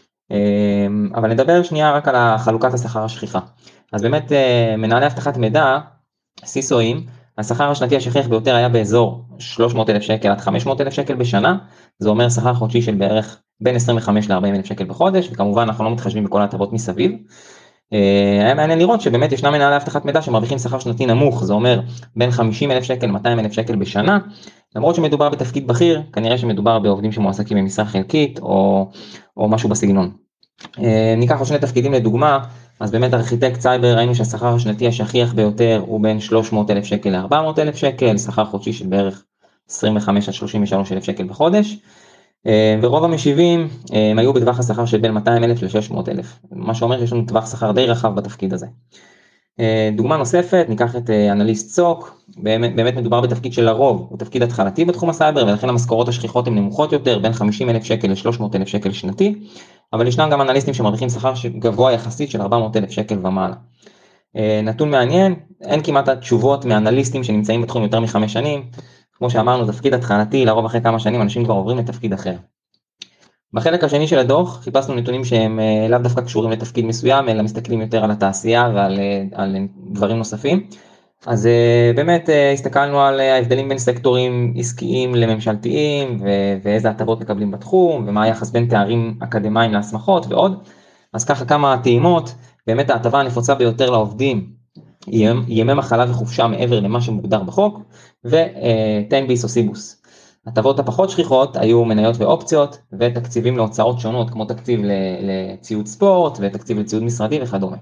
D: אבל נדבר שנייה רק על חלוקת השכר השכיחה. אז באמת מנהלי אבטחת מידע, CISOים, השכר השנתי השכיח ביותר היה באזור 300,000 שקל עד 500,000 שקל בשנה, זה אומר שכר חודשי של בערך בין 25 ל-40,000 שקל בחודש, וכמובן אנחנו לא מתחשבים בכל ההטבות מסביב. היה מעניין לראות שבאמת ישנה מנהלי אבטחת מידע שמרוויחים שכר שנתי נמוך, זה אומר בין 50,000 שקל ל-200,000 שקל בשנה, למרות שמדובר בתפקיד בכיר, כנראה שמדובר בעובדים שמועסקים במשרה חלקית או משהו בסגנון. ניקח עוד שני תפקידים לדוגמה, אז באמת ארכיטקט סייבר ראינו שהשכר השנתי השכיח ביותר הוא בין 300,000 שקל ל-400,000 שקל, שכר חודשי של בערך 25 עד 33,000 שקל בחודש, ורוב המשיבים הם היו בטווח השכר של בין 200,000 ל-600,000, מה שאומר שיש לנו טווח שכר די רחב בתפקיד הזה. דוגמה נוספת, ניקח את אנליסט סוק, באמת מדובר בתפקיד של הרוב, הוא תפקיד התחלתי בתחום הסייבר, ולכן המשכורות השכיחות הן נמוכות יותר, בין 50,000 שקל ל-300,000 שקל שנתי, אבל ישנם גם אנליסטים שמרוויחים שכר גבוה יחסית של 400,000 שקל ומעלה. נתון מעניין, אין כמעט תשובות מאנליסטים שנמצאים בתחום יותר מ5 שנים, כמו שאמרנו, תפקיד התחלתי, לרוב אחרי כמה שנים אנשים כבר עוברים לתפקיד אחר. בחלק השני של הדוח חיפשנו נתונים שהם לאו דווקא קשורים לתפקיד מסוים, אלא מסתכלים יותר על התעשייה ועל דברים נוספים. אז באמת הסתכלנו על ההבדלים בין סקטורים עסקיים לממשלתיים, ואיזה הטבות מקבלים בתחום, ומה היחס בין תארים אקדמיים להסמכות ועוד. אז ככה כמה טעימות, באמת ההטבה הנפוצה ביותר לעובדים, ימי מחלה וחופשה מעבר למה שמוגדר בחוק, ו-10 ביס או סיבוס. הטבות הפחות שכיחות היו מניות ואופציות, ותקציבים להוצאות שונות, כמו תקציב לציוד ספורט, ותקציב לציוד משרדי וכדומה.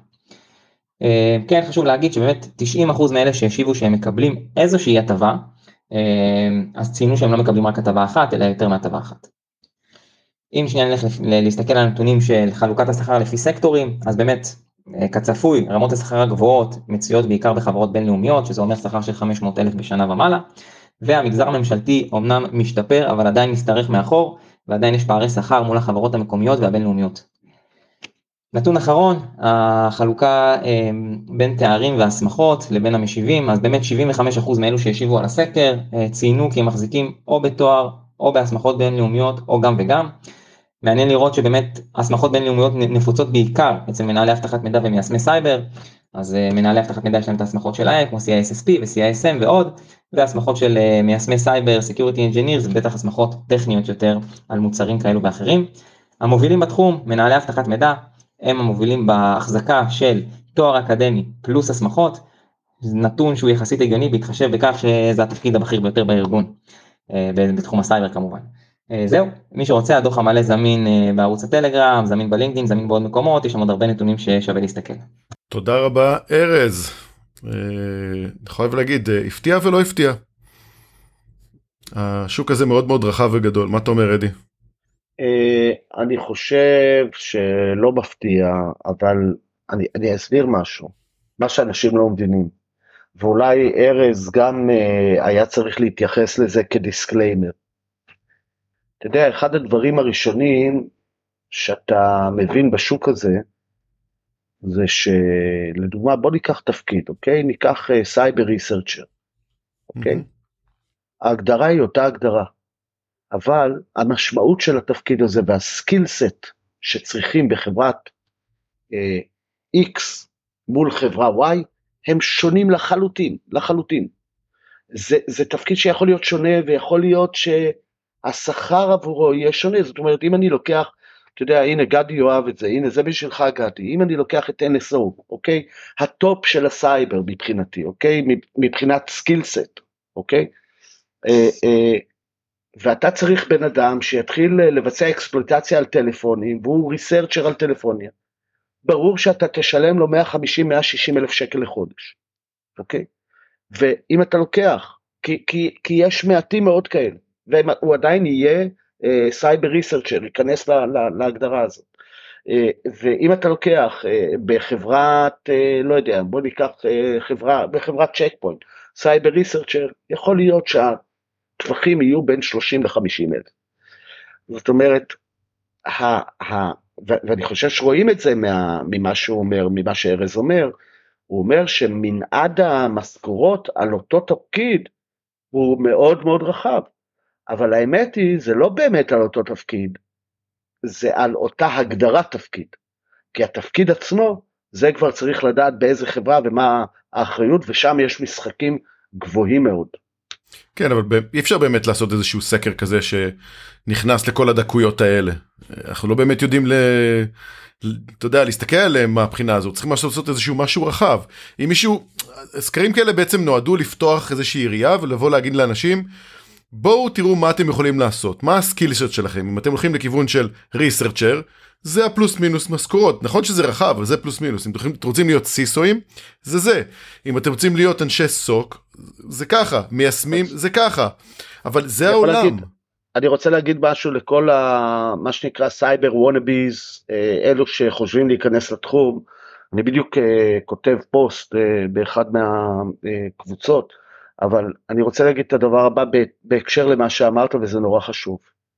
D: כן, חשוב להגיד שבאמת 90% מאלה שהשיבו שהם מקבלים איזושהי הטבה, אז ציינו שהם לא מקבלים רק הטבה אחת, אלא יותר מהטבה אחת. אם שנייה נלך להסתכל על הנתונים של חלוקת השכר לפי סקטורים, אז באמת, כצפוי, רמות השכר הגבוהות מצויות בעיקר בחברות בינלאומיות, שזה אומר שכר של 500,000 בשנה ומעלה, והמגזר הממשלתי אומנם משתפר, אבל עדיין משתרך מאחור, ועדיין יש פערי שכר מול החברות המקומיות והבינלאומיות. נתון אחרון, החלוקה בין תארים והסמכות לבין המשיבים, אז באמת 75% מאלו שהשיבו על הסקר, ציינו כי הם מחזיקים או בתואר או בהסמכות בינלאומיות או גם וגם. מעניין לראות שבאמת הסמכות בינלאומיות נפוצות בעיקר אצל מנהלי אבטחת מידע ומיישמי סייבר, אז מנהלי אבטחת מידע יש להם את הסמכות שלהם, כמו CISSP ו-CISM ועוד, והסמכות של מיישמי סייבר, Security Engineer, זה בטח הסמכות טכניות יותר על מוצרים כאלו ואחרים. המובילים בתחום, מנהלי אבטחת מידע, הם המובילים בהחזקה של תואר אקדמי פלוס הסמכות, נתון שהוא יחסית הגיוני בהתחשב בכך שזה התפקיד הבכיר ביותר בארגון, בתחום הסייבר כמובן. זהו, מי שרוצה, הדוח המלא זמין בערוץ הטלגרם, זמין בלינקדאין, זמין בעוד מקומות, יש שם עוד הרבה נתונים ששווה להסתכל.
B: תודה רבה, ארז. אני חייב להגיד, הפתיע ולא הפתיע. השוק הזה מאוד מאוד רחב וגדול. מה אתה אומר, אדי?
A: אני חושב שלא מפתיע, אבל אני אסביר משהו. מה שאנשים לא מבינים. ואולי ארז גם היה צריך להתייחס לזה כדיסקליימר. אתה יודע, אחד הדברים הראשונים שאתה מבין בשוק הזה, זה שלדוגמה בוא ניקח תפקיד, אוקיי? ניקח סייבר ריסרצ'ר, אוקיי? ההגדרה היא אותה הגדרה, אבל המשמעות של התפקיד הזה והסקיל סט שצריכים בחברת X מול חברה Y, הם שונים לחלוטין. זה תפקיד שיכול להיות שונה, ויכול להיות שהשכר עבורו יהיה שונה. זאת אומרת, אם אני לוקח, אתה יודע, הנה גדי יאהב את זה, הנה זה בשבילך גדי, אם אני לוקח את NSO, אוקיי? הטופ של הסייבר מבחינתי, אוקיי? מבחינת סקיל סט, אוקיי? ואתה צריך בן אדם שיתחיל לבצע אקספלויטציה על טלפונים, והוא ריסרצ'ר על טלפוניה. ברור שאתה תשלם לו 150-160 אלף שקל לחודש, אוקיי? ואם אתה לוקח, כי יש מעטים מאוד כאלה, והוא עדיין יהיה סייבר ריסרצ'ר, ייכנס להגדרה הזאת. ואם אתה לוקח בחברת, לא יודע, בוא ניקח בחברת צ'ק פוינט, סייבר ריסרצ'ר, יכול להיות שהטווחים יהיו בין 30 ל-50 אלף. זאת אומרת, ואני חושב שרואים את זה ממה שהוא אומר, ממה שארז אומר, הוא אומר שמנעד המשכורות על אותו תפקיד הוא מאוד מאוד רחב, אבל האמת היא, זה לא באמת על אותו תפקיד, זה על אותה הגדרת תפקיד, כי התפקיד עצמו, זה כבר צריך לדעת באיזה חברה ומה האחריות, ושם יש משחקים גבוהים מאוד.
B: כן, אבל אי אפשר באמת לעשות איזשהו סקר כזה שנכנס לכל הדקויות האלה. אנחנו לא באמת יודעים אתה יודע, להסתכל עליהם מהבחינה הזו, צריכים לעשות איזשהו משהו רחב. אם מישהו, סקרים כאלה בעצם נועדו לפתוח איזושהי עירייה, ולבוא להגיד לאנשים, בואו תראו מה אתם יכולים לעשות, מה הסקילסט שלכם. אם אתם הולכים לכיוון של ריסרצ'ר, זה הפלוס מינוס משכורות. נכון שזה רחב, אבל זה פלוס מינוס. אם אתם רוצים להיות סיסויים, זה. אם אתם רוצים להיות אנשי סוק, זה ככה. מיישמים, זה ככה. אבל זה העולם.
A: אני רוצה להגיד משהו לכל מה שנקרא סייבר וונאביז, אלו שחושבים להיכנס לתחום. אני בדיוק כותב פוסט באחד מהקבוצות, אבל אני רוצה להגיד את הדבר הבא בהקשר למה שאמרת, וזה נורא חשוב.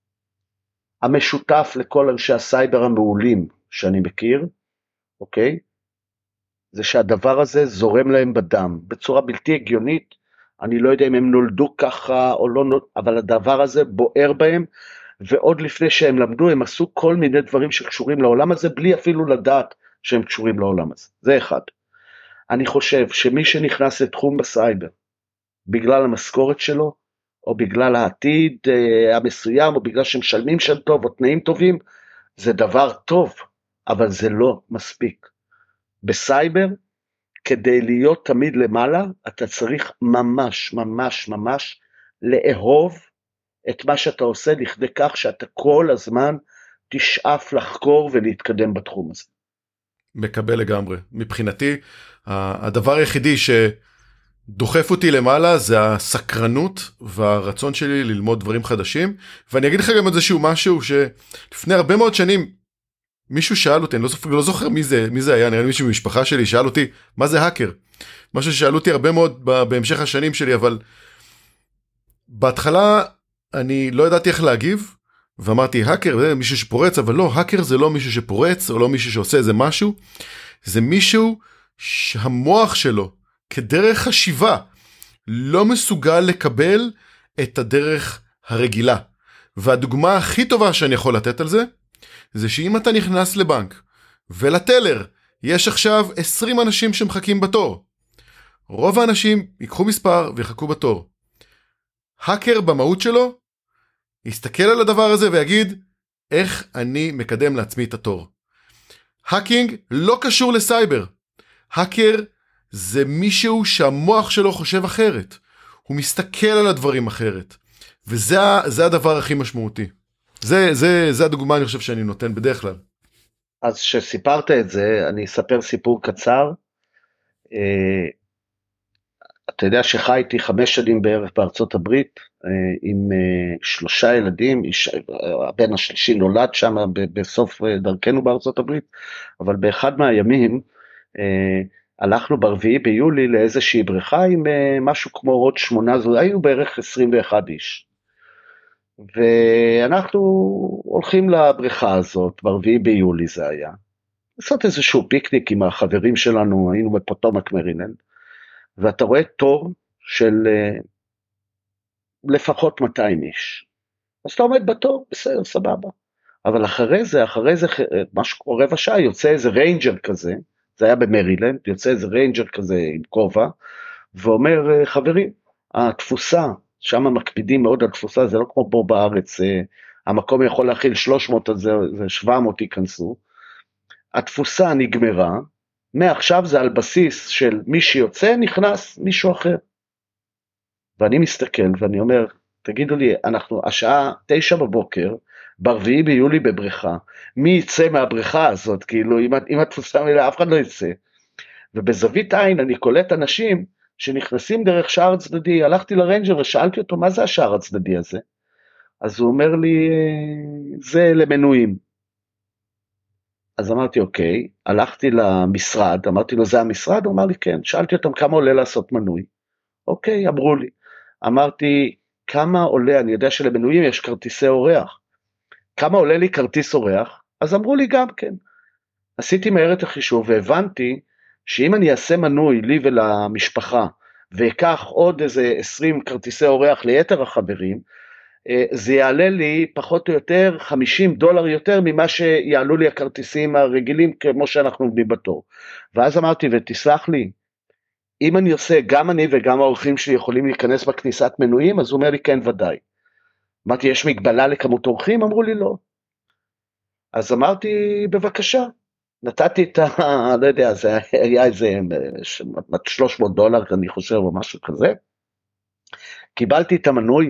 A: המשותף לכל אנשי הסייבר המעולים שאני מכיר, אוקיי? זה שהדבר הזה זורם להם בדם, בצורה בלתי הגיונית. אני לא יודע אם הם נולדו ככה או לא, אבל הדבר הזה בוער בהם, ועוד לפני שהם למדו, הם עשו כל מיני דברים שקשורים לעולם הזה, בלי אפילו לדעת שהם קשורים לעולם הזה. זה אחד. אני חושב שמי שנכנס לתחום בסייבר, בגלל המשכורת שלו, או בגלל העתיד המסוים, או בגלל שמשלמים שם טוב, או תנאים טובים, זה דבר טוב, אבל זה לא מספיק. בסייבר, כדי להיות תמיד למעלה, אתה צריך ממש, ממש, ממש, לאהוב את מה שאתה עושה, לכדי כך שאתה כל הזמן תשאף לחקור ולהתקדם בתחום הזה.
B: מקבל לגמרי. מבחינתי, הדבר היחידי דוחף אותי למעלה זה הסקרנות והרצון שלי ללמוד דברים חדשים, ואני אגיד לך גם איזשהו משהו שלפני הרבה מאוד שנים מישהו שאל אותי, אני לא זוכר מי זה היה, נראה לי מישהו במשפחה שלי שאל אותי מה זה האקר, משהו ששאלו אותי הרבה מאוד בהמשך השנים שלי, אבל בהתחלה אני לא ידעתי איך להגיב, ואמרתי האקר זה מישהו שפורץ, אבל לא, האקר זה לא מישהו שפורץ או לא מישהו שעושה איזה משהו, זה מישהו שהמוח שלו כדרך חשיבה לא מסוגל לקבל את הדרך הרגילה. והדוגמה הכי טובה שאני יכול לתת על זה, זה שאם אתה נכנס לבנק ולטלר יש עכשיו 20 אנשים שמחכים בתור, רוב האנשים ייקחו מספר ויחכו בתור. האקר במהות שלו יסתכל על הדבר הזה ויגיד, איך אני מקדם לעצמי את התור. האקינג לא קשור לסייבר. האקר זה מישהו שהמוח שלו חושב אחרת. הוא מסתכל על הדברים אחרת. וזה הדבר הכי משמעותי. זה הדוגמה אני חושב שאני נותן בדרך כלל.
A: אז שסיפרת את זה, אני אספר סיפור קצר. אתה יודע שחייתי 5 שנים בערך בארצות הברית, עם 3 ילדים, הבן השלישי נולד שם בסוף דרכנו בארצות הברית, אבל באחד מהימים, הלכנו ב4 ביולי לאיזושהי בריכה עם משהו כמו עוד 8, היינו בערך 21 איש. ואנחנו הולכים לבריכה הזאת, ב4 ביולי זה היה, לעשות איזשהו פיקניק עם החברים שלנו, היינו בפוטומק מרילנד, ואתה רואה תור של לפחות 200 איש. אז אתה עומד בתור, בסדר, סבבה. אבל אחרי זה, משהו כמו רבע שעה, יוצא איזה ריינג'ר כזה, זה היה במרילנד, יוצא איזה ריינג'ר כזה עם כובע, ואומר, חברים, התפוסה, שם מקפידים מאוד על תפוסה, זה לא כמו פה בארץ, המקום יכול להכיל 300, אז זה 700 ייכנסו, התפוסה נגמרה, מעכשיו זה על בסיס של מי שיוצא, נכנס מישהו אחר. ואני מסתכל ואני אומר, תגידו לי, אנחנו השעה 9 בבוקר, ב4 ביולי בבריכה, מי יצא מהבריכה הזאת, כאילו, אם התפוסה מלאה, אף אחד לא יצא. ובזווית עין אני קולט אנשים שנכנסים דרך שער הצדדי, הלכתי לריינג'ר ושאלתי אותו, מה זה השער הצדדי הזה? אז הוא אומר לי, זה למנויים. אז אמרתי, אוקיי, הלכתי למשרד, אמרתי לו, זה המשרד? הוא אמר לי, כן. שאלתי אותם, כמה עולה לעשות מנוי? אוקיי, אמרו לי. אמרתי, כמה עולה, אני יודע שלמנויים יש כרטיסי אורח. כמה עולה לי כרטיס אורח? אז אמרו לי גם כן. עשיתי מהר את החישוב והבנתי שאם אני אעשה מנוי לי ולמשפחה, ואקח עוד איזה 20 כרטיסי אורח ליתר החברים, זה יעלה לי פחות או יותר $50 יותר ממה שיעלו לי הכרטיסים הרגילים כמו שאנחנו עומדים בתור. ואז אמרתי, ותסלח לי, אם אני עושה, גם אני וגם האורחים שלי יכולים להיכנס בכניסת מנויים, אז הוא אומר לי, כן, ודאי. אמרתי, יש מגבלה לכמות אורחים? אמרו לי, לא. אז אמרתי, בבקשה. נתתי את לא יודע, זה היה איזה $300, אני חושב, או משהו כזה. קיבלתי את המנוי,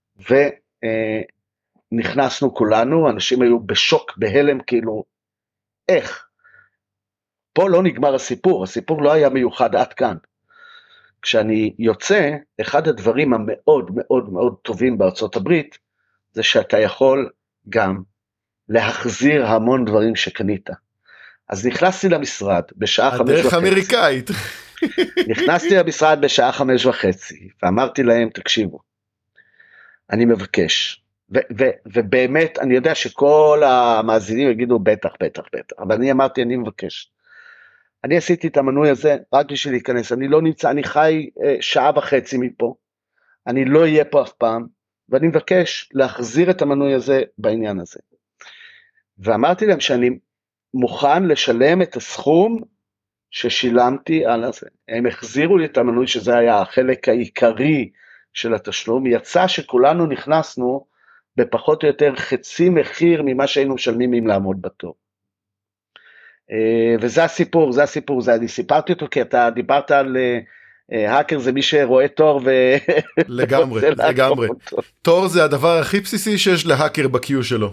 A: ונכנסנו כולנו, אנשים היו בשוק, בהלם, כאילו, איך? פה לא נגמר הסיפור, הסיפור לא היה מיוחד עד כאן. כשאני יוצא, אחד הדברים המאוד מאוד מאוד טובים בארצות הברית, זה שאתה יכול גם להחזיר המון דברים שקנית. אז נכנסתי למשרד בשעה 5:30.
B: הדרך אמריקאית.
A: נכנסתי למשרד בשעה 5:30, ואמרתי להם, תקשיבו, אני מבקש, ובאמת אני יודע שכל המאזינים יגידו בטח, אבל אני אמרתי, אני מבקש. אני עשיתי את המנוי הזה רק בשביל להיכנס, אני לא נמצא, אני חי 1.5 שעה מפה, אני לא אהיה פה אף פעם, ואני מבקש להחזיר את המנוי הזה בעניין הזה. ואמרתי להם שאני מוכן לשלם את הסכום ששילמתי על הזה. הם החזירו לי את המנוי, שזה היה החלק העיקרי של התשלום, יצא שכולנו נכנסנו בפחות או יותר חצי מחיר ממה שהיינו משלמים אם לעמוד בתור. וזה הסיפור, אני סיפרתי אותו כי אתה דיברת על האקר זה מי שרואה תור
B: לגמרי. תור זה הדבר הכי בסיסי שיש להאקר בקיו שלו.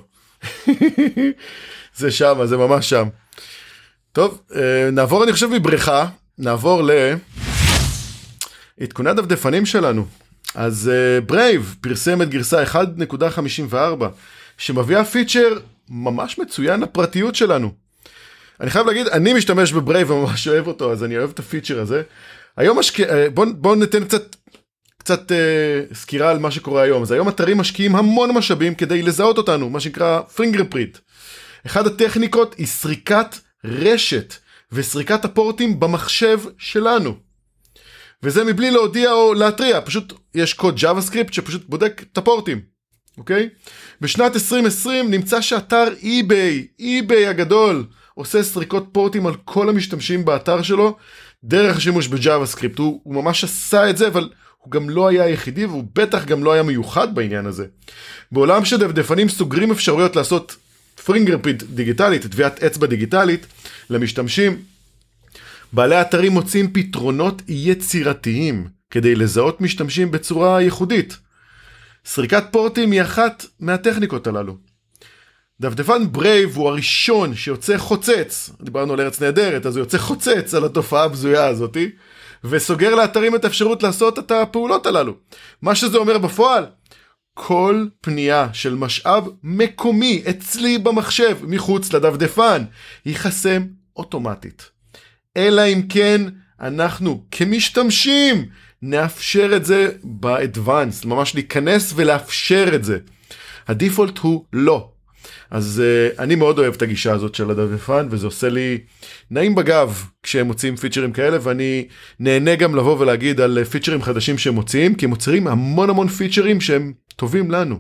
B: זה שם, זה ממש שם. טוב, נעבור אני חושב מבריכה, נעבור לעדכוני הדפדפנים שלנו. אז ברייב פרסם את גרסה 1.54, שמביאה פיצ'ר ממש מצוין לפרטיות שלנו. אני חייב להגיד, אני משתמש בברייב וממש אוהב אותו, אז אני אוהב את הפיצ'ר הזה. היום בואו ניתן קצת סקירה על מה שקורה היום. אז היום אתרים משקיעים המון משאבים כדי לזהות אותנו, מה שנקרא פינגרפרינט. אחד הטכניקות היא סריקת רשת, וסריקת הפורטים במחשב שלנו. וזה מבלי להודיע או להטריע, פשוט יש קוד JavaScript שפשוט בודק את הפורטים, אוקיי? בשנת 2020 נמצא שאתר eBay הגדול, עושה סריקות פורטים על כל המשתמשים באתר שלו, דרך השימוש ב-JavaScript. הוא ממש עשה את זה, אבל הוא גם לא היה היחידי, והוא בטח גם לא היה מיוחד בעניין הזה. בעולם שדפדפנים סוגרים אפשרויות לעשות פינגרפרינט דיגיטלית, טביעת אצבע דיגיטלית, למשתמשים, בעלי אתרים מוצאים פתרונות יצירתיים, כדי לזהות משתמשים בצורה ייחודית. סריקת פורטים היא אחת מהטכניקות הללו. דפדפן ברייב הוא הראשון שיוצא חוצץ, דיברנו על ארץ נהדרת, אז הוא יוצא חוצץ על התופעה הבזויה הזאת, וסוגר לאתרים את האפשרות לעשות את הפעולות הללו. מה שזה אומר בפועל, כל פנייה של משאב מקומי אצלי במחשב מחוץ לדפדפן, היא חסם אוטומטית. אלא אם כן אנחנו כמשתמשים נאפשר את זה ב-advanced, ממש להיכנס ולאפשר את זה. הדיפולט הוא לא. אז אני מאוד אוהב את הגישה הזאת של הדפדפן, וזה עושה לי נעים בגב כשהם מוצאים פיצ'רים כאלה, ואני נהנה גם לבוא ולהגיד על פיצ'רים חדשים שהם מוצאים, כי הם מוצאים המון פיצ'רים שהם טובים לנו.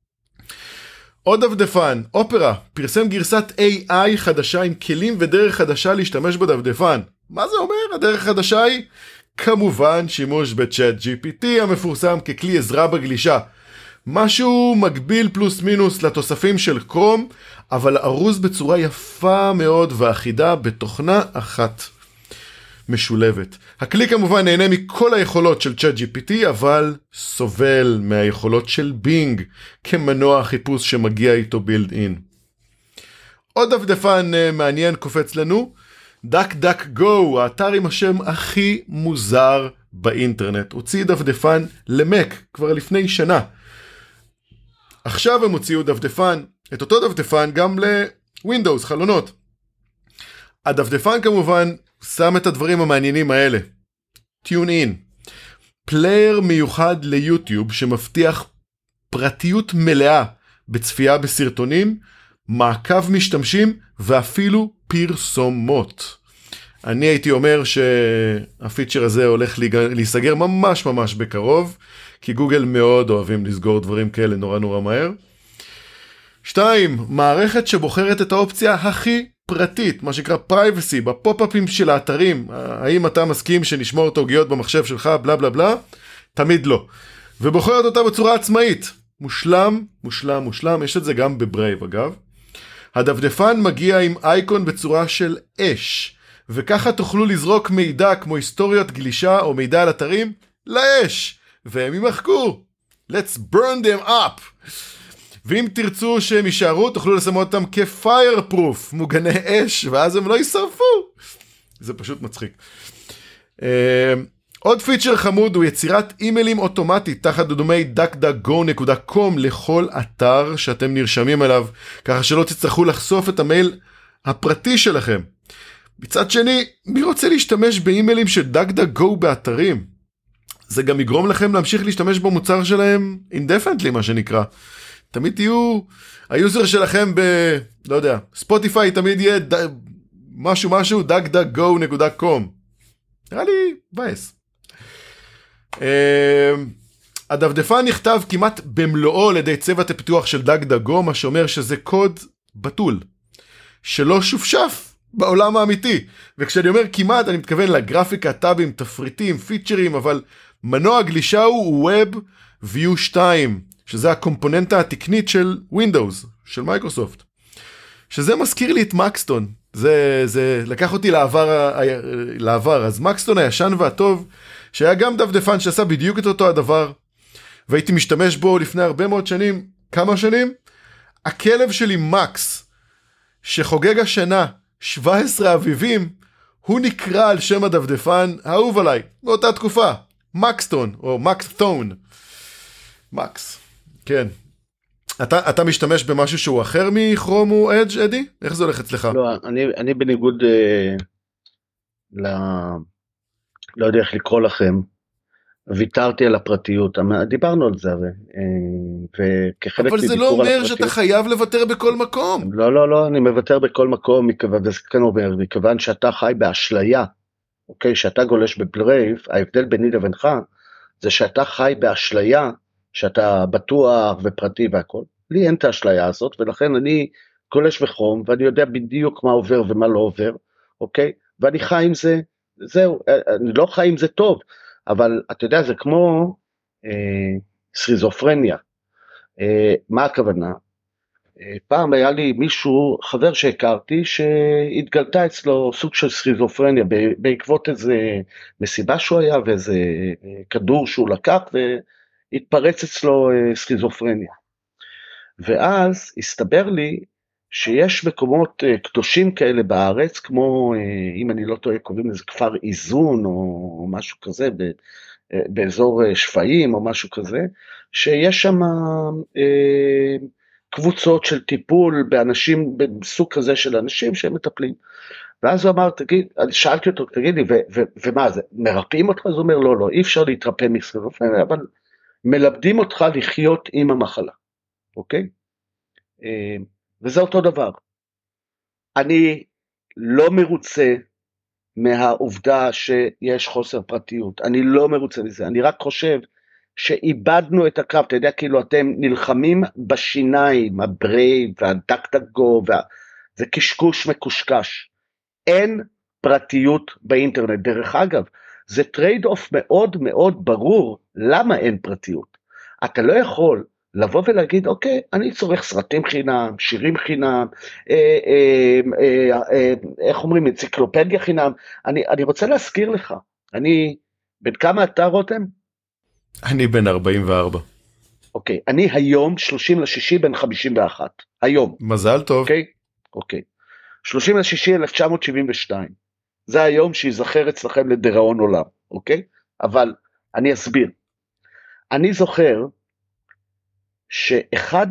B: עוד דפדפן, אופרה, פרסם גרסת AI חדשה עם כלים ודרך חדשה להשתמש בדפדפן. מה זה אומר? הדרך החדשה היא כמובן שימוש בצ'אט GPT המפורסם ככלי עזרה בגלישה. משהו מקביל פלוס מינוס לתוספים של קרום, אבל ארוז בצורה יפה מאוד ואחידה בתוכנה אחת משולבת. הכלי כמובן נהנה מכל היכולות של צ'אט GPT, אבל סובל מהיכולות של בינג כמנוע חיפוש שמגיע איתו בילד אין. עוד דפדפן מעניין קופץ לנו, DuckDuckGo, האתר עם השם הכי מוזר באינטרנט. הוציא דפדפן למק כבר לפני שנה. עכשיו הם הוציאו דפדפן, את אותו דפדפן גם לווינדוס, חלונות. הדפדפן כמובן שם את הדברים המעניינים האלה. טיון אין. פלייר מיוחד ליוטיוב שמבטיח פרטיות מלאה בצפייה בסרטונים, מעקב משתמשים ואפילו פרסומות. אני הייתי אומר שהפיצ'ר הזה הולך להיסגר ממש בקרוב, כי גוגל מאוד אוהבים לסגור דברים כאלה נורא מהר. 2. מערכת שבוחרת את האופציה הכי פרטית, מה שנקרא privacy, בפופ-אפים של האתרים. האם אתה מסכים שנשמור את ההוגיות במחשב שלך, בלה בלה בלה? תמיד לא. ובוחרת אותה בצורה עצמאית. מושלם, יש את זה גם בברייב אגב. הדפדפן מגיע עם אייקון בצורה של אש, וככה תוכלו לזרוק מידע כמו היסטוריות גלישה או מידע על אתרים לאש, והם ימחקו. Let's burn them up. ואם תרצו שהם יישארו, תוכלו לשמות אותם כ-fireproof, מוגני אש, ואז הם לא יישרפו. זה פשוט מצחיק. עוד פיצ'ר חמוד הוא יצירת אימיילים אוטומטית תחת דומי duckduckgo.com לכל אתר שאתם נרשמים אליו, ככה שלא תצטרכו לחשוף את המייל הפרטי שלכם. מצד שני, מי רוצה להשתמש באימיילים של duckduckgo באתרים? זה גם יגרום לכם להמשיך להשתמש במוצר שלהם indefinitely, מה שנקרא. תמיד תהיו, היוזר שלכם לא יודע, ספוטיפיי תמיד יהיה משהו duckduckgo.com. נראה לי בייס. הדפדפן נכתב כמעט במלואו על ידי צוות הפיתוח של DuckDuckGo, מה שאומר שזה קוד בטול, שלא שופשף בעולם האמיתי. וכשאני אומר כמעט, אני מתכוון לגרפיקה, טאבים, תפריטים, פיצ'רים, אבל מנוע הגלישה הוא Web View 2, שזה הקומפוננטה התקנית של Windows, של מייקרוסופט. שזה מזכיר לי את מקסטון. זה לקח אותי לעבר. אז מקסטון הישן והטוב, שהיה גם דפדפן שעשה בדיוק את אותו הדבר, והייתי משתמש בו לפני הרבה מאוד שנים. כמה שנים? הכלב שלי מקס, שחוגג השנה 17 אביבים, הוא נקרא על שם הדפדפן האהוב עליי, באותה תקופה, מקסטון, או מקסטון. מקס, כן. אתה משתמש במשהו שהוא אחר מכרום או אדג' אדי? איך זה הולך אצלך?
A: לא, אני בניגוד לא יודע איך לקרוא לכם, ויתרתי על הפרטיות, דיברנו על זה, וכחלק
B: אבל זה לא אומר שאתה חייב לוותר בכל מקום.
A: לא, אני מוותר בכל מקום, מכיוון שאתה חי באשליה, אוקיי, שאתה גולש בברייב, ההבדל ביני לבינך, זה שאתה חי באשליה, שאתה בטוח ופרטי והכל. לי אין את האשליה הזאת, ולכן אני גולש בחום, ואני יודע בדיוק מה עובר ומה לא עובר, אוקיי? ואני חי עם זה, זהו, אני לא חי עם זה טוב, אבל אתה יודע, זה כמו סכיזופרניה. מה הכוונה? פעם היה לי מישהו, חבר שהכרתי, שהתגלתה אצלו סוג של סכיזופרניה, בעקבות איזה מסיבה שהוא היה, ואיזה כדור שהוא לקח, והתפרץ אצלו סכיזופרניה. ואז הסתבר לי, שיש מקומות קדושים כאלה בארץ, כמו, אם אני לא טועה, קוראים לזה כפר איזון, או משהו כזה, באזור שפיים, או משהו כזה, שיש שם קבוצות של טיפול באנשים, בסוג כזה של אנשים שהם מטפלים. ואז הוא אמר, תגיד, שאלתי אותו, תגיד לי, ומה זה, מרפאים אותך? אז הוא אומר, לא, אי אפשר להתרפא מסכיזופרניה, אבל מלמדים אותך לחיות עם המחלה, אוקיי? וזה אותו דבר. אני לא מרוצה מהעובדה שיש חוסר פרטיות, אני לא מרוצה מזה, אני רק חושב שאיבדנו את הקרב, אתה יודע, כאילו אתם נלחמים בשיניים, הברייב והדקדגו, זה קשקוש מקושקש, אין פרטיות באינטרנט. דרך אגב, זה טרייד אוף מאוד מאוד ברור, למה אין פרטיות. אתה לא יכול לבוא ולהגיד, אוקיי, אני צורך סרטים חינם, שירים חינם, איך אומרים, אנציקלופדיה חינם. אני רוצה להזכיר לך, בן כמה אתה רותם?
B: אני בן 44.
A: אוקיי, אני היום 30/6 בן 51, היום.
B: מזל טוב.
A: אוקיי. 30/6/1972, זה היום שיזכר אצלכם לדיראון עולם, אוקיי? אבל אני אסביר. אני זוכר שאחד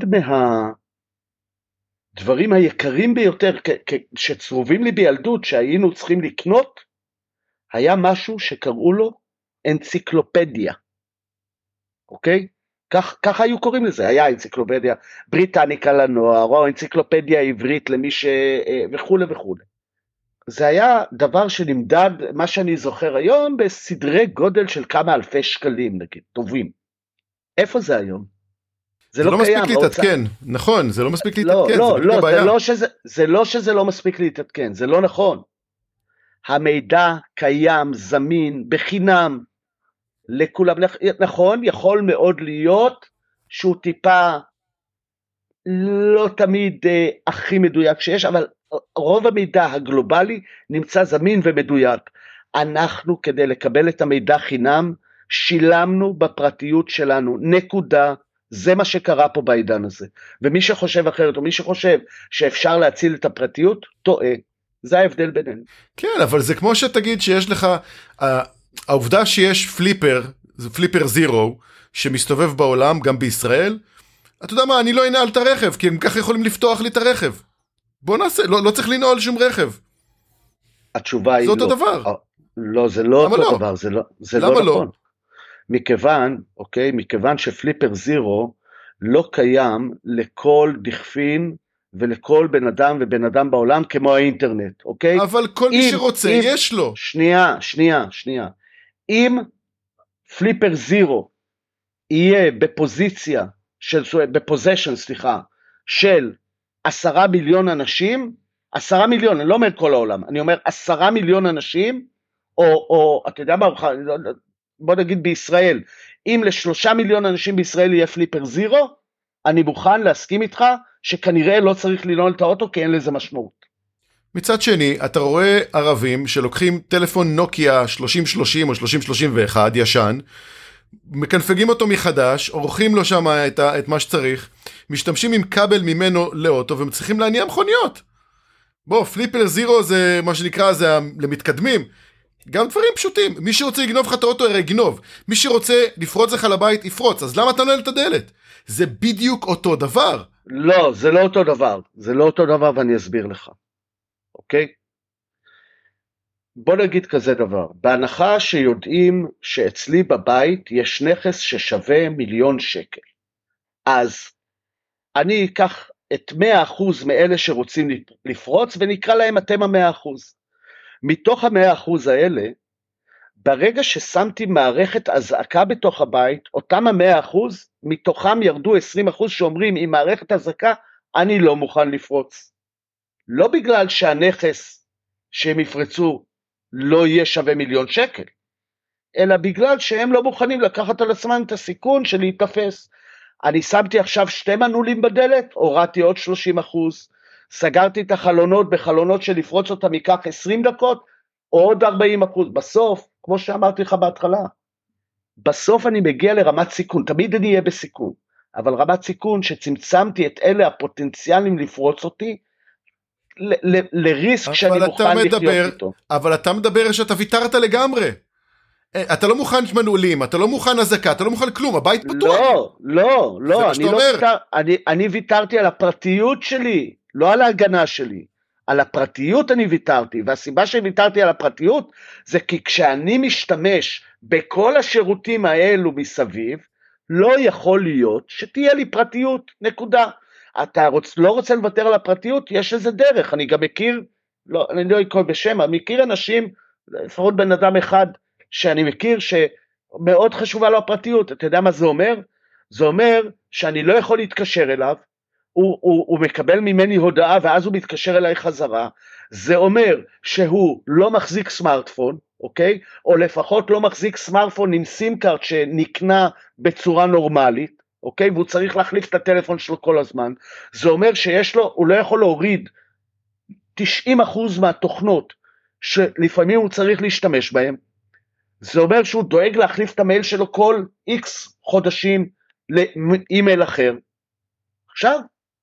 A: מהדברים היקרים ביותר שצרובים לי בילדות שהיינו צריכים לקנות, היה משהו שקראו לו אנציקלופדיה, אוקיי? ככה היו קוראים לזה, היה אנציקלופדיה בריטניקה לנוער, או אנציקלופדיה עברית למי וכו' וכו'. זה היה דבר שנמדד, מה שאני זוכר היום, בסדרי גודל של כמה אלפי שקלים, נגיד, טובים. איפה זה היום?
B: זה לא מספיק להתעדכן, נכון, זה לא מספיק להתעדכן,
A: זה לא שזה לא מספיק להתעדכן, זה לא נכון. המידע קיים, זמין, בחינם, לכולם, נכון, יכול מאוד להיות שהוא טיפה לא תמיד הכי מדויק שיש, אבל רוב המידע הגלובלי נמצא זמין ומדויק. אנחנו כדי לקבל את המידע חינם, שילמנו בפרטיות שלנו, נקודה, זה מה שקרה פה בעידן הזה. ומי שחושב אחרת, או מי שחושב שאפשר להציל את הפרטיות, טועה. זה ההבדל בינינו.
B: כן, אבל זה כמו שתגיד שיש לך, העובדה שיש פליפר, זה פליפר זירו, שמסתובב בעולם, גם בישראל, אתה יודע מה, אני לא אנעל את הרכב, כי הם ככה יכולים לפתוח לי את הרכב. בוא נעשה, לא צריך לנעול שום רכב.
A: התשובה היא
B: לא. זה אותו דבר.
A: לא, זה לא אותו דבר, זה לא נכון. מכיוון שפליפר זירו לא קיים לכל דכפין ולכל בן אדם ובן אדם בעולם כמו האינטרנט, אוקיי?
B: אבל כל מי שרוצה יש לו.
A: שנייה. אם פליפר זירו יהיה בפוזיציה, בפוזיישן, של 10 מיליון אנשים, 10 מיליון, אני לא אומר כל העולם, אני אומר 10 מיליון אנשים, או אתה יודע מה, בוא נגיד בישראל, אם ל3 מיליון אנשים בישראל יהיה פליפר זירו, אני מוכן להסכים איתך שכנראה לא צריך לנעול את האוטו, כי אין לזה משמעות.
B: מצד שני, אתה רואה ערבים שלוקחים טלפון נוקיה 3030 או 3031 ישן, מקנפגים אותו מחדש, עורכים לו שם את מה שצריך, משתמשים עם כבל ממנו לאוטו, ומצליחים להניע מכוניות. בוא, פליפר זירו זה מה שנקרא, זה למתקדמים. גם דברים פשוטים, מי שרוצה לגנוב לך את האוטו הרי יגנוב, מי שרוצה לפרוץ לך לבית יפרוץ, אז למה אתה נועל את הדלת? זה בדיוק אותו דבר.
A: לא, זה לא אותו דבר, זה לא אותו דבר ואני אסביר לך, אוקיי? בוא נגיד כזה דבר, בהנחה שיודעים שאצלי בבית יש נכס ששווה 1,000,000 שקל, אז אני אקח את 100% מאלה שרוצים לפרוץ ונקרא להם אתם 100%. מתוך 100% האלה, ברגע ששמתי מערכת הזעקה בתוך הבית, אותם 100%, מתוכם ירדו 20% שאומרים, עם מערכת הזעקה, אני לא מוכן לפרוץ. לא בגלל שהנכס שהם יפרצו לא יהיה שווה 1,000,000 שקל, אלא בגלל שהם לא מוכנים לקחת על עצמם את הסיכון של להתאפס. אני שמתי עכשיו 2 מנעולים בדלת, הורדתי עוד 30%, סגרתי את החלונות בחלונות שלפרוץ אותם ייקח 20 דקות, או עוד 40%. בסוף, כמו שאמרתי לך בהתחלה, בסוף אני מגיע לרמת סיכון, תמיד אני אהיה בסיכון, אבל רמת סיכון שצמצמתי את אלה הפוטנציאלים לפרוץ אותי, לריסק שאני מוכן לחיות איתו.
B: אבל אתה מדבר שאתה ויתרת לגמרי. אתה לא מוכן מנעולים, אתה לא מוכן הזקה, אתה לא מוכן כלום, הבית פתוח.
A: לא, אני ויתרתי על הפרטיות שלי, לא על ההגנה שלי. על הפרטיות אני ויתרתי, והסיבה שוויתרתי על הפרטיות, זה כי כשאני משתמש בכל השירותים האלו מסביב, לא יכול להיות שתהיה לי פרטיות, נקודה. אתה לא רוצה לוותר על הפרטיות, יש איזה דרך, אני גם מכיר, אני לא אקרא בשם, אני מכיר אנשים, לפחות בן אדם אחד, שאני מכיר שמאוד חשובה לו הפרטיות, אתה יודע מה זה אומר? זה אומר שאני לא יכול להתקשר אליו, הוא מקבל ממני הודעה ואז הוא מתקשר אליי חזרה, זה אומר שהוא לא מחזיק סמארטפון, אוקיי? או לפחות לא מחזיק סמארטפון עם סים קארד שנקנה בצורה נורמלית, אוקיי? והוא צריך להחליף את הטלפון שלו כל הזמן, זה אומר שיש לו, הוא לא יכול להוריד 90% מהתוכנות שלפעמים הוא צריך להשתמש בהן, זה אומר שהוא דואג להחליף את המייל שלו כל X חודשים לאימייל אחר. עכשיו,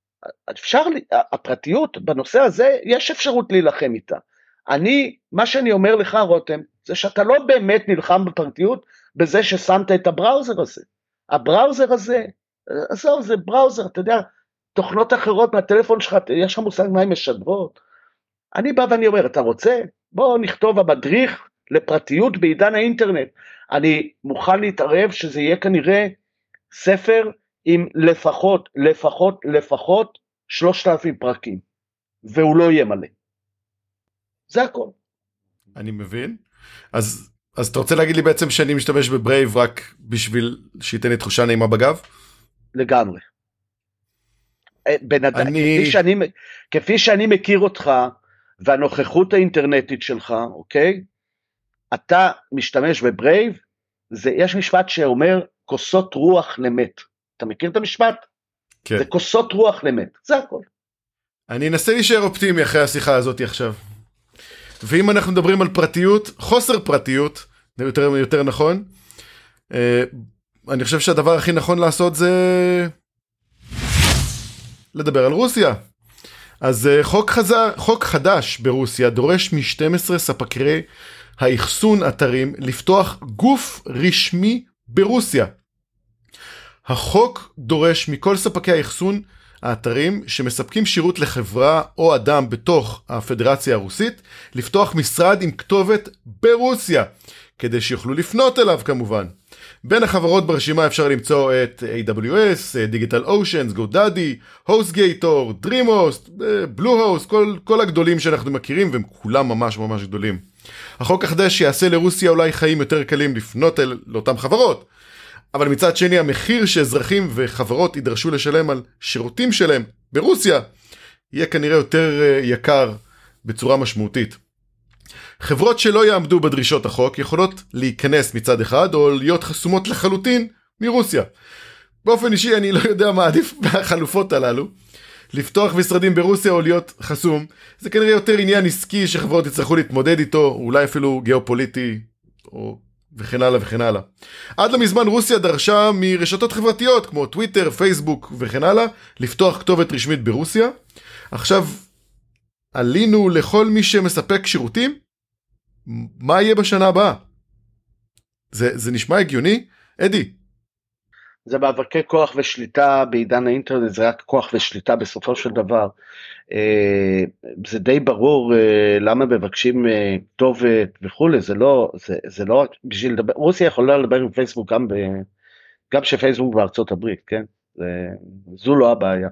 A: הפרטיות בנושא הזה, יש אפשרות להילחם איתה. מה שאני אומר לך רותם, זה שאתה לא באמת נלחם בפרטיות, בזה ששמת את הבראוזר הזה. הבראוזר הזה, זה בראוזר, אתה יודע, תוכנות אחרות מהטלפון שלך, יש לך מושג מה הן משדרות. אני בא ואני אומר, אתה רוצה? בוא נכתוב המדריך לפרטיות בעידן האינטרנט. אני מוכן להתערב שזה יהיה כנראה ספר עם לפחות 3,000 פרקים, והוא לא יהיה מלא. זה הכל.
B: אני מבין. אז אתה רוצה להגיד לי בעצם שאני משתמש בברייב רק בשביל שייתן לי תחושה נעימה בגב?
A: לגמרי. כפי שאני מכיר אותך, והנוכחות האינטרנטית שלך, אוקיי? אתה משתמש בברייב, יש משפט שאומר, כוסות רוח למת. אתה מכיר את המשפט?
B: כן.
A: זה כוסות רוח למת, זה הכל.
B: אני אנסה להישאר אופטימי אחרי השיחה הזאת עכשיו. ואם אנחנו מדברים על פרטיות, חוסר פרטיות, יותר נכון, אני חושב שהדבר הכי נכון לעשות זה לדבר על רוסיה. אז חוק חדש ברוסיה דורש מ-12 ספקי האחסון אתרים לפתוח גוף רשמי ברוסיה. החוק דורש מכל ספקי האחסון האתרים שמספקים שירות לחברה או אדם בתוך הפדרציה הרוסית לפתוח משרד עם כתובת ברוסיה, כדי שיוכלו לפנות אליו כמובן. בין החברות ברשימה אפשר למצוא את AWS, Digital Oceans, GoDaddy, HostGator, DreamHost, Bluehost, כל הגדולים שאנחנו מכירים, והם כולם ממש ממש גדולים. החוק החדש יעשה לרוסיה אולי חיים יותר קלים לפנות לאותם חברות, אבל מצד שני המחיר שאזרחים וחברות יידרשו לשלם על שירותים שלהם ברוסיה, יהיה כנראה יותר יקר בצורה משמעותית. חברות שלא יעמדו בדרישות החוק יכולות להיכנס מצד אחד או להיות חסומות לחלוטין מרוסיה. באופן אישי אני לא יודע מה עדיף מהחלופות הללו. לפתוח משרדים ברוסיה או להיות חסום, זה כנראה יותר עניין עסקי שחברות יצטרכו להתמודד איתו, אולי אפילו גיאופוליטי או וכן הלאה וכן הלאה. עד למזמן רוסיה דרשה מרשתות חברתיות כמו טוויטר, פייסבוק וכן הלאה, לפתוח כתובת רשמית ברוסיה. עכשיו עלינו לכל מי שמספק שירותים, מה יהיה בשנה הבאה? זה נשמע הגיוני? אדי.
A: זה מאבקי כוח ושליטה בעידן האינטרנט, זה רק כוח ושליטה בסופו של דבר. זה די ברור למה מבקשים טוב וכו', זה לא בשביל לדבר, רוסיה יכולה לדבר עם פייסבוק גם שפייסבוק בארצות הברית, כן? זו לא הבעיה.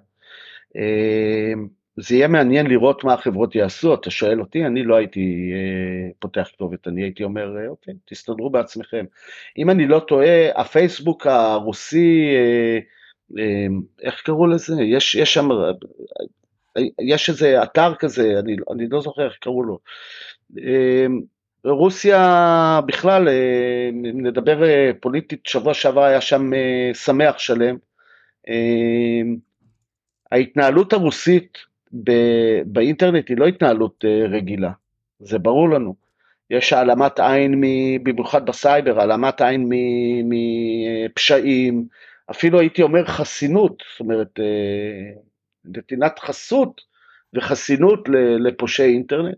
A: זה יהיה מעניין לראות מה החברות יעשו, אתה שואל אותי, אני לא הייתי פותח כתובת, אני הייתי אומר, אוקיי, תסתדרו בעצמכם. אם אני לא טועה, הפייסבוק הרוסי, איך קראו לזה? יש איזה אתר כזה, אני לא זוכר איך קראו לו. רוסיה בכלל, נדבר פוליטית, שבוע שעבר היה שם שמח שלם. ההתנהלות הרוסית באינטרנט היא לא התנהלות רגילה, זה ברור לנו. יש העלמת עין, במיוחד בסייבר, העלמת עין מפשעים, אפילו הייתי אומר חסינות, זאת אומרת, נתינת חסות וחסינות לפושעי אינטרנט.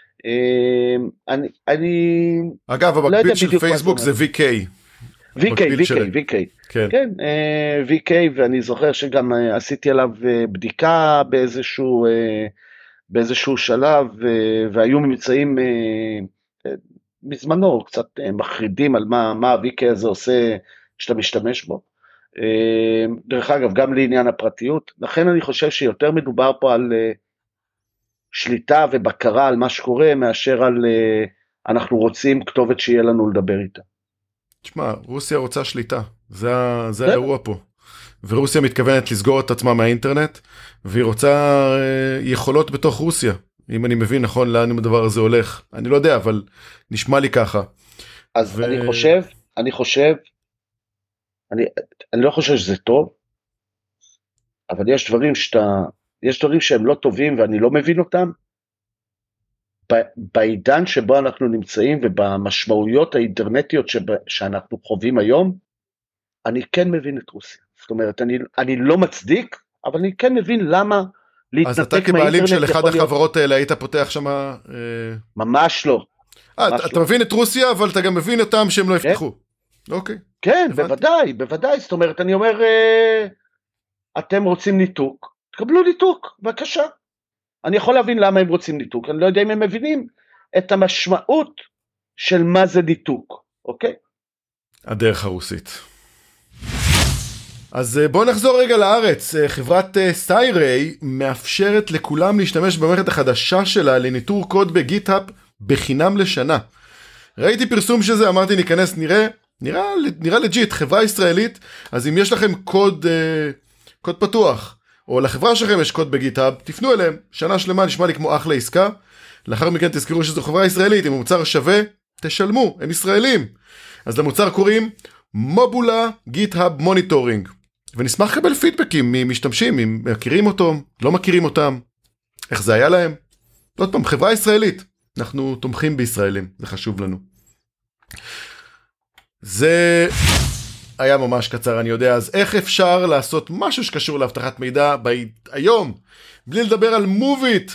B: אגב, המקביל של פייסבוק זה VK.
A: VK, כן, VK, ואני זוכר שגם עשיתי עליו בדיקה באיזשהו באיזשהו שלב, והיו ממצאים מזמנו קצת מחרידים על מה ה-VK הזה עושה כשאתה משתמש בו. דרך אגב, גם לעניין הפרטיות, לכן אני חושב שיותר מדובר פה על שליטה ובקרה על מה שקורה, מאשר על אנחנו רוצים כתובת שיהיה לנו לדבר איתה.
B: תשמע, רוסיה רוצה שליטה, זה האירוע פה. ורוסיה מתכוונת לסגור את עצמה מהאינטרנט, והיא רוצה יכולות בתוך רוסיה, אם אני מבין נכון לאן הדבר הזה הולך. אני לא יודע, אבל נשמע לי ככה.
A: אז אני לא חושב שזה טוב, אבל יש דברים שהם לא טובים ואני לא מבין אותם, בעידן שבו אנחנו נמצאים ובמשמעויות האינטרנטיות שאנחנו חווים היום, אני כן מבין את רוסיה. זאת אומרת, אני לא מצדיק, אבל אני כן מבין למה להתנתק
B: מהאינטרנט. אז אתה כבעלים של אחד החברות האלה, היית פותח שם...
A: ממש לא.
B: אתה מבין את רוסיה, אבל אתה גם מבין אותם שהם לא יפתחו. אוקיי.
A: כן, בוודאי. זאת אומרת, אני אומר, אתם רוצים ניתוק, תקבלו ניתוק, בבקשה. אני יכול להבין למה הם רוצים ניתוק, אני לא יודע אם הם מבינים את המשמעות של מה זה ניתוק, אוקיי?
B: הדרך הרוסית. אז בואו נחזור רגע לארץ. חברת סייריי מאפשרת לכולם להשתמש במערכת החדשה שלה לניטור קוד בגיטהאב בחינם לשנה. ראיתי פרסום שזה, אמרתי ניכנס, נראה לג'יט, חברה ישראלית, אז אם יש לכם קוד פתוח, או לחברה שלכם יש קוד בגיטהאב, תפנו אליהם, שנה שלמה נשמע לי כמו אחלה עסקה, לאחר מכן תזכרו שזו חברה ישראלית, אם המוצר שווה, תשלמו, הם ישראלים. אז למוצר קוראים מובולה גיטהאב מוניטורינג, ונשמח לקבל פידבקים ממשתמשים, אם מכירים אותו, לא מכירים אותם, איך זה היה להם. עוד פעם, חברה ישראלית, אנחנו תומכים בישראלים, זה חשוב לנו. זה היה ממש קצר, אני יודע. אז איך אפשר לעשות משהו שקשור להבטחת מידע היום, בלי לדבר על מוביט?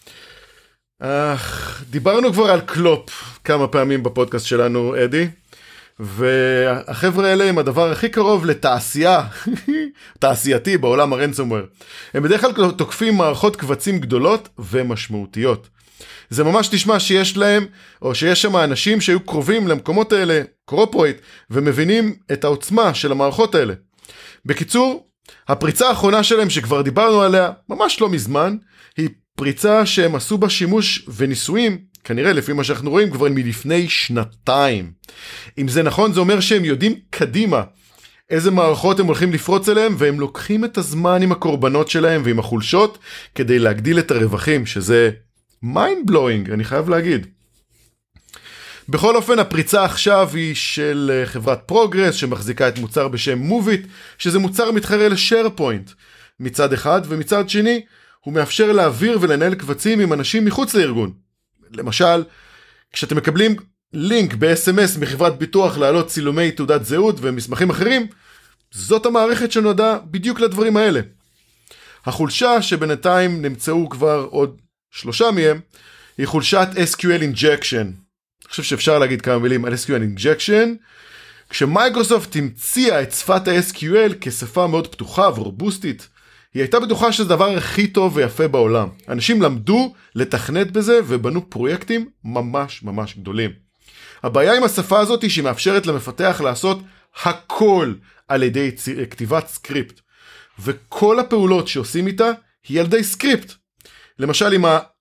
B: דיברנו כבר על קלופ כמה פעמים בפודקאסט שלנו, אדי, והחבר'ה האלה הם הדבר הכי קרוב לתעשייה, תעשייתי בעולם הרנסומוור. הם בדרך כלל תוקפים מערכות קבצים גדולות ומשמעותיות. זה ממש תשמע שיש להם, או שיש שם אנשים שהיו קרובים למקומות האלה, קורפורייט, ומבינים את העוצמה של המערכות האלה. בקיצור, הפריצה האחרונה שלהם שכבר דיברנו עליה, ממש לא מזמן, היא פריצה שהם עשו בה שימוש וניסויים, כנראה לפי מה שאנחנו רואים, כבר מלפני שנתיים. אם זה נכון, זה אומר שהם יודעים קדימה איזה מערכות הם הולכים לפרוץ אליהם, והם לוקחים את הזמן עם הקורבנות שלהם ועם החולשות, כדי להגדיל את הרווחים, שזה mind blowing, אני חייב להגיד. בכל אופן, הפריצה עכשיו היא של חברת פרוגרס, שמחזיקה את מוצר בשם מוביט, שזה מוצר מתחרה לשארפוינט מצד אחד, ומצד שני, הוא מאפשר להעביר ולנהל קבצים עם אנשים מחוץ לארגון. למשל, כשאתם מקבלים לינק ב-SMS מחברת ביטוח להעלות צילומי תעודת זהות ומסמכים אחרים, זאת המערכת שנועדה בדיוק לדברים האלה. החולשה שבינתיים נמצאו כבר עוד 3 מהם, היא חולשת SQL injection. אני חושב שאפשר להגיד כמה מילים על SQL injection. כשמייקרוסופט המציאה את שפת ה-SQL כשפה מאוד פתוחה ורובוסטית, היא הייתה בטוחה שזה הדבר הכי טוב ויפה בעולם. אנשים למדו לתכנת בזה ובנו פרויקטים ממש ממש גדולים. הבעיה עם השפה הזאת היא שהיא מאפשרת למפתח לעשות הכל על ידי כתיבת סקריפט. וכל הפעולות שעושים איתה היא על ידי סקריפט. למשל,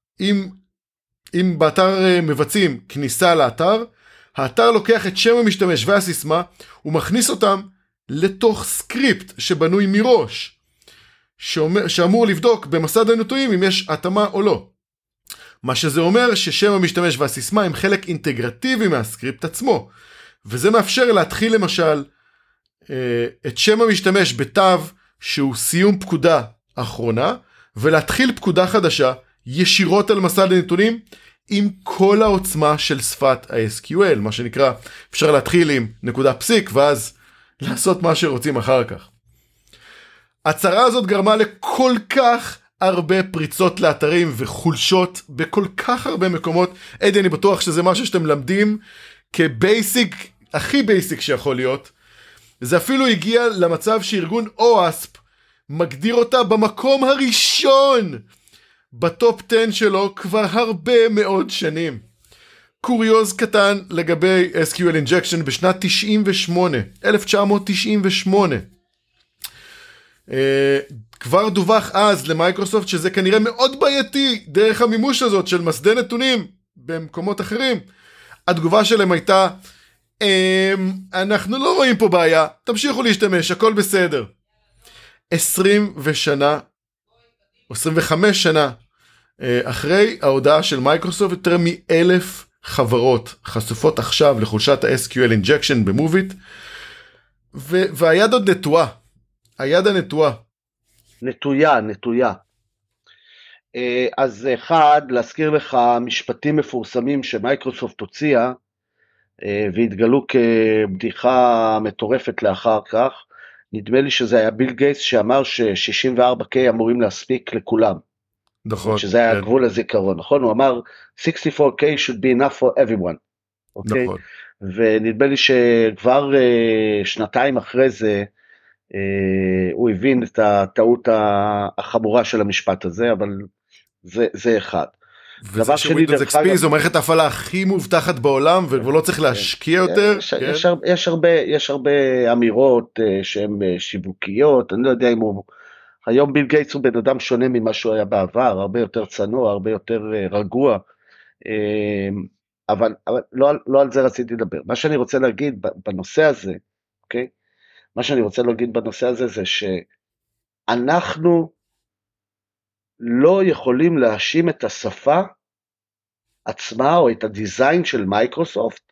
B: אם באתר מבצעים כניסה לאתר, האתר לוקח את שם המשתמש והסיסמה, ומכניס אותם לתוך סקריפט שבנוי מראש, שאמור לבדוק במסד הנתונים אם יש התאמה או לא. מה שזה אומר ששם המשתמש והסיסמה הם חלק אינטגרטיבי מהסקריפט עצמו, וזה מאפשר להתחיל למשל את שם המשתמש בתו שהוא סיום פקודה אחרונה, ולהתחיל פקודה חדשה ישירות על מסד הנתונים עם כל העוצמה של שפת ה-SQL, מה שנקרא, אפשר להתחיל עם נקודה פסיק ואז לעשות מה שרוצים אחר כך. הצרה הזאת גרמה לכל כך הרבה פריצות לאתרים וחולשות בכל כך הרבה מקומות. אדי, אני בטוח שזה משהו שאתם למדים כבייסיק, הכי בייסיק שיכול להיות. זה אפילו הגיע למצב שארגון OWASP מגדיר אותה במקום הראשון בטופ 10 שלו כבר הרבה מאוד שנים. קוריוז קטן לגבי SQL Injection בשנת 1998. כבר דווח אז למייקרוסופט שזה כנראה מאוד בעייתי דרך המימוש הזאת של מסדי נתונים במקומות אחרים. התגובה שלהם הייתה, אנחנו לא רואים פה בעיה, תמשיכו להשתמש, הכל בסדר. 25 שנה אחרי ההודעה של מייקרוסופט, יותר מ1,000 חברות חשופות עכשיו לחולשת ה-SQL Injection במוביט, והיד עוד נטועה. היד הנטועה.
A: נטויה. אז אחד, להזכיר לך משפטים מפורסמים שמייקרוסופט הוציאה, והתגלו כבדיחה מטורפת לאחר כך. נדמה לי שזה היה ביל גייטס שאמר ש64K אמורים להספיק לכולם.
B: נכון.
A: שזה היה גבול הזיכרון, נכון? הוא אמר 64K should be enough for everyone. אוקיי?
B: נכון.
A: ונדמה לי שכבר שנתיים אחרי זה, הוא הבין את הטעות החמורה של המשפט הזה, אבל זה אחד.
B: וזה שווינדוס XP זו מערכת ההפעלה הכי מובטחת בעולם, וכבר לא צריך להשקיע יותר.
A: יש הרבה אמירות שהן שיווקיות, אני לא יודע אם הוא, היום ביל גייטס הוא בן אדם שונה ממה שהוא היה בעבר, הרבה יותר צנוע, הרבה יותר רגוע, אבל לא על זה רציתי לדבר. מה שאני רוצה להגיד בנושא הזה, אוקיי? מה שאני רוצה להגיד בנושא הזה זה שאנחנו לא יכולים להאשים את השפה עצמה או את הדיזיין של מייקרוסופט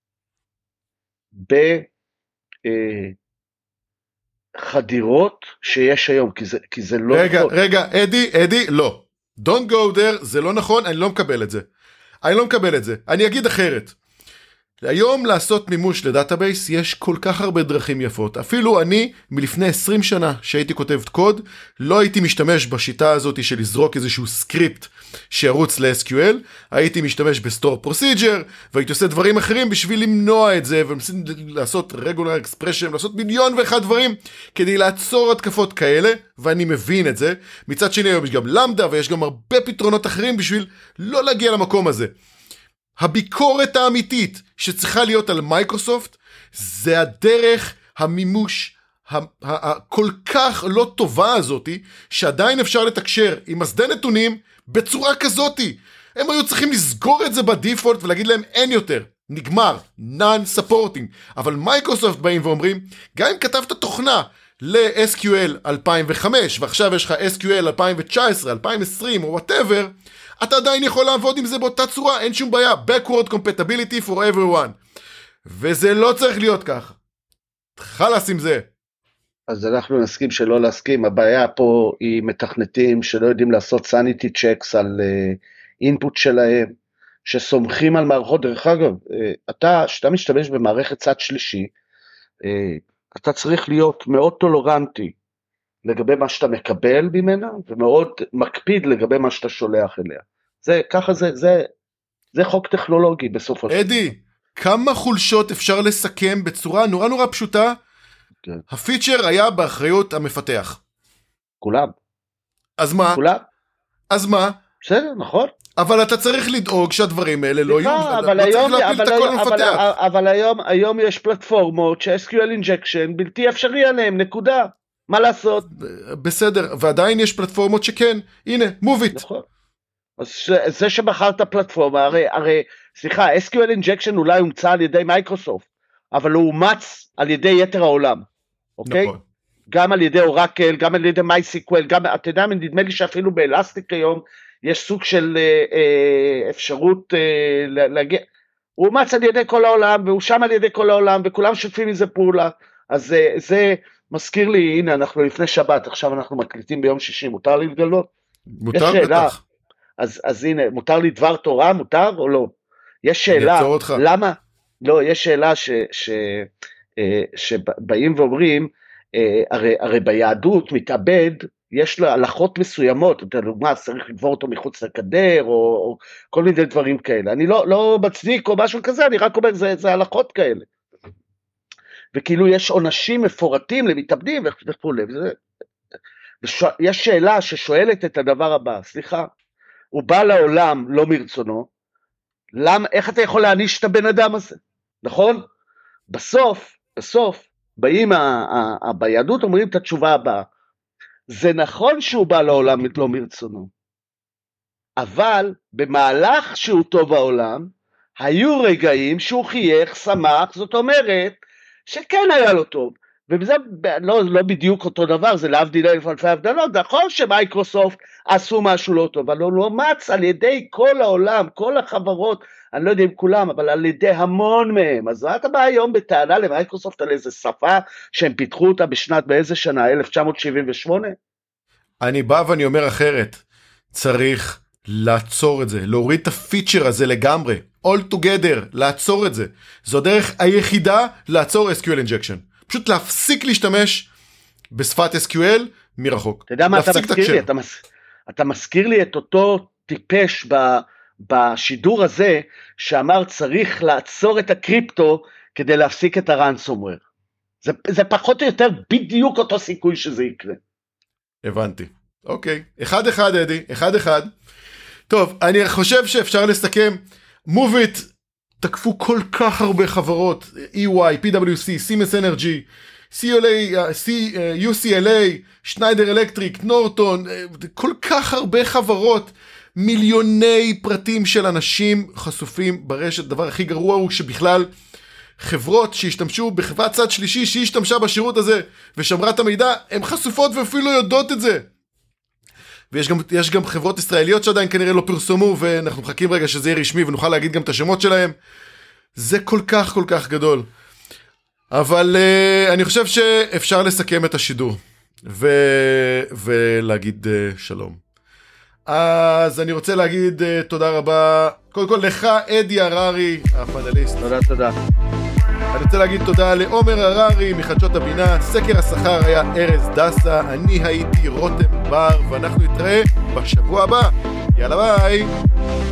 A: בחדירות שיש היום, כי זה לא נכון.
B: רגע, אדי, לא. Don't go there, זה לא נכון, אני לא מקבל את זה. אני אגיד אחרת. היום לעשות מימוש לדאטאבייס יש כל כך הרבה דרכים יפות. אפילו אני מלפני 20 שנה שהייתי כותב קוד, לא הייתי משתמש בשיטה הזאת של לזרוק איזשהו סקריפט שירוץ ל-SQL, הייתי משתמש בסטור פרוסיג'ר, והייתי עושה דברים אחרים בשביל למנוע את זה, ולעשות regular expression, לעשות מיליון ואחד דברים, כדי לעצור התקפות כאלה, ואני מבין את זה. מצד שני היום יש גם למדה, ויש גם הרבה פתרונות אחרים בשביל לא להגיע למקום הזה. הביקורת האמיתית שצריכה להיות על מייקרוסופט, זה הדרך המימוש הכל כך לא טובה הזאתי, שעדיין אפשר לתקשר עם מסדי נתונים בצורה כזאתי. הם היו צריכים לסגור את זה בדיפולט ולהגיד להם אין יותר, נגמר, non-supporting. אבל מייקרוסופט באים ואומרים, גם אם כתבת תוכנה ל-SQL 2005, ועכשיו יש לך SQL 2019, 2020 או whatever, אתה עדיין יכול לעבוד עם זה באותה צורה, אין שום בעיה, backward compatibility for everyone. וזה לא צריך להיות ככה. חלס עם זה.
A: אז אנחנו נסכים שלא להסכים, הבעיה פה היא מתכנתים שלא יודעים לעשות sanity checks על input שלהם, שסומכים על מערכות. דרך אגב, שאתה משתמש במערכת צד שלישי, אתה צריך להיות מאוד טולרנטי לגבי מה שאתה מקבל ממנה, ומאוד מקפיד לגבי מה שאתה שולח אליה. ככה זה חוק טכנולוגי בסופו של דבר.
B: אדי, כמה חולשות אפשר לסכם בצורה נורא פשוטה? כן. הפיצ'ר היה באחריות המפתח.
A: כולם.
B: אז מה?
A: כולם.
B: אז מה?
A: בסדר, נכון.
B: אבל אתה צריך לדאוג שהדברים האלה לא יהיו.
A: אבל היום יש פלטפורמות ש-SQL Injection בלתי אפשרי עליהם, נקודה. מה לעשות?
B: בסדר, ועדיין יש פלטפורמות שכן, הנה, מוביט.
A: נכון. אז זה שבחרת פלטפורמה, הרי, סליחה, SQL Injection אולי הומצא על ידי מייקרוסופט, אבל הוא אומץ על ידי יתר העולם, אוקיי? נכון. גם על ידי אורקל, גם על ידי MySQL, גם, אתה יודע, נדמה לי שאפילו באלסטיק היום, יש סוג של אפשרות להגיע, הוא אומץ על ידי כל העולם, והוא שם על ידי כל העולם, וכולם שותפים מזה פעולה, אז זה מזכיר לי, הנה, אנחנו לפני שבת, עכשיו אנחנו מקליטים ביום שישי, מותר לי לגלות?
B: מותר בטח.
A: אז הנה, מותר לי דבר תורה, מותר או לא? יש שאלה, למה? לא, יש שאלה שבאים ואומרים, הרי ביהדות מתאבד, יש לו הלכות מסוימות, לדוגמה, צריך לגבור אותו מחוץ לקדר, או כל מיני דברים כאלה. אני לא מצדיק או משהו כזה, אני רק אומר, זה הלכות כאלה. וכאילו יש עונשים מפורטים למתאבדים וכו'. יש שאלה ששואלת את הדבר הבא, סליחה, הוא בא לעולם לא מרצונו, איך אתה יכול להעניש את הבן אדם הזה, נכון? בסוף, באים ביהדות אומרים את התשובה הבאה, זה נכון שהוא בא לעולם לא מרצונו, אבל במהלך שהוא טוב בעולם, היו רגעים שהוא חייך, שמח, זאת אומרת, שכן היה לו טוב, וזה לא בדיוק אותו דבר, זה להבדיל אלפי הבדלות, נכון שמייקרוסופט עשו משהו לא טוב, אבל הוא לא מץ על ידי כל העולם, כל החברות, אני לא יודע אם כולם, אבל על ידי המון מהם, אז אתה בא היום בטענה למייקרוסופט על איזה שפה, שהם פיתחו אותה באיזה שנה, 1978?
B: אני בא ואני אומר אחרת, צריך לעצור את זה, להוריד את הפיצ'ר הזה לגמרי, all together, לעצור את זה. זו הדרך היחידה לעצור SQL injection. פשוט להפסיק להשתמש בשפת SQL מרחוק.
A: אתה יודע מה אתה מזכיר לי? אתה מזכיר לי את אותו טיפש בשידור הזה, שאמר צריך לעצור את הקריפטו, כדי להפסיק את הרנסומוור. זה פחות או יותר בדיוק אותו סיכוי שזה יקרה.
B: הבנתי. אוקיי. אחד אדי, אחד. טוב, אני חושב שאפשר לסכם. מוביט, תקפו כל כך הרבה חברות, EY, PwC, Siemens Energy, UCLA, שניידר אלקטריק, נורטון, כל כך הרבה חברות, מיליוני פרטים של אנשים חשופים ברשת. הדבר הכי גרוע הוא שבכלל חברות שהשתמשו בחברת צד שלישי שהיא השתמשה בשירות הזה ושמרה את המידע, הן חשופות ואפילו יודעות את זה. ויש גם חברות ישראליות שעדיין כנראה לא פרסמו, ואנחנו מחכים רגע שזה יהיה רשמי ונוכל להגיד גם את השמות שלהם. זה כל כך גדול. אבל אני חושב שאפשר לסכם את השידור ולהגיד שלום. אז אני רוצה להגיד תודה רבה קודם כל לך אדי הררי הפאנליסט.
A: תודה.
B: אני רוצה להגיד תודה לעומר הררי מחדשות הבינה. סקר השכר היה ארז דסה, אני הייתי רותם בר, ואנחנו נתראה בשבוע הבא. יאללה ביי.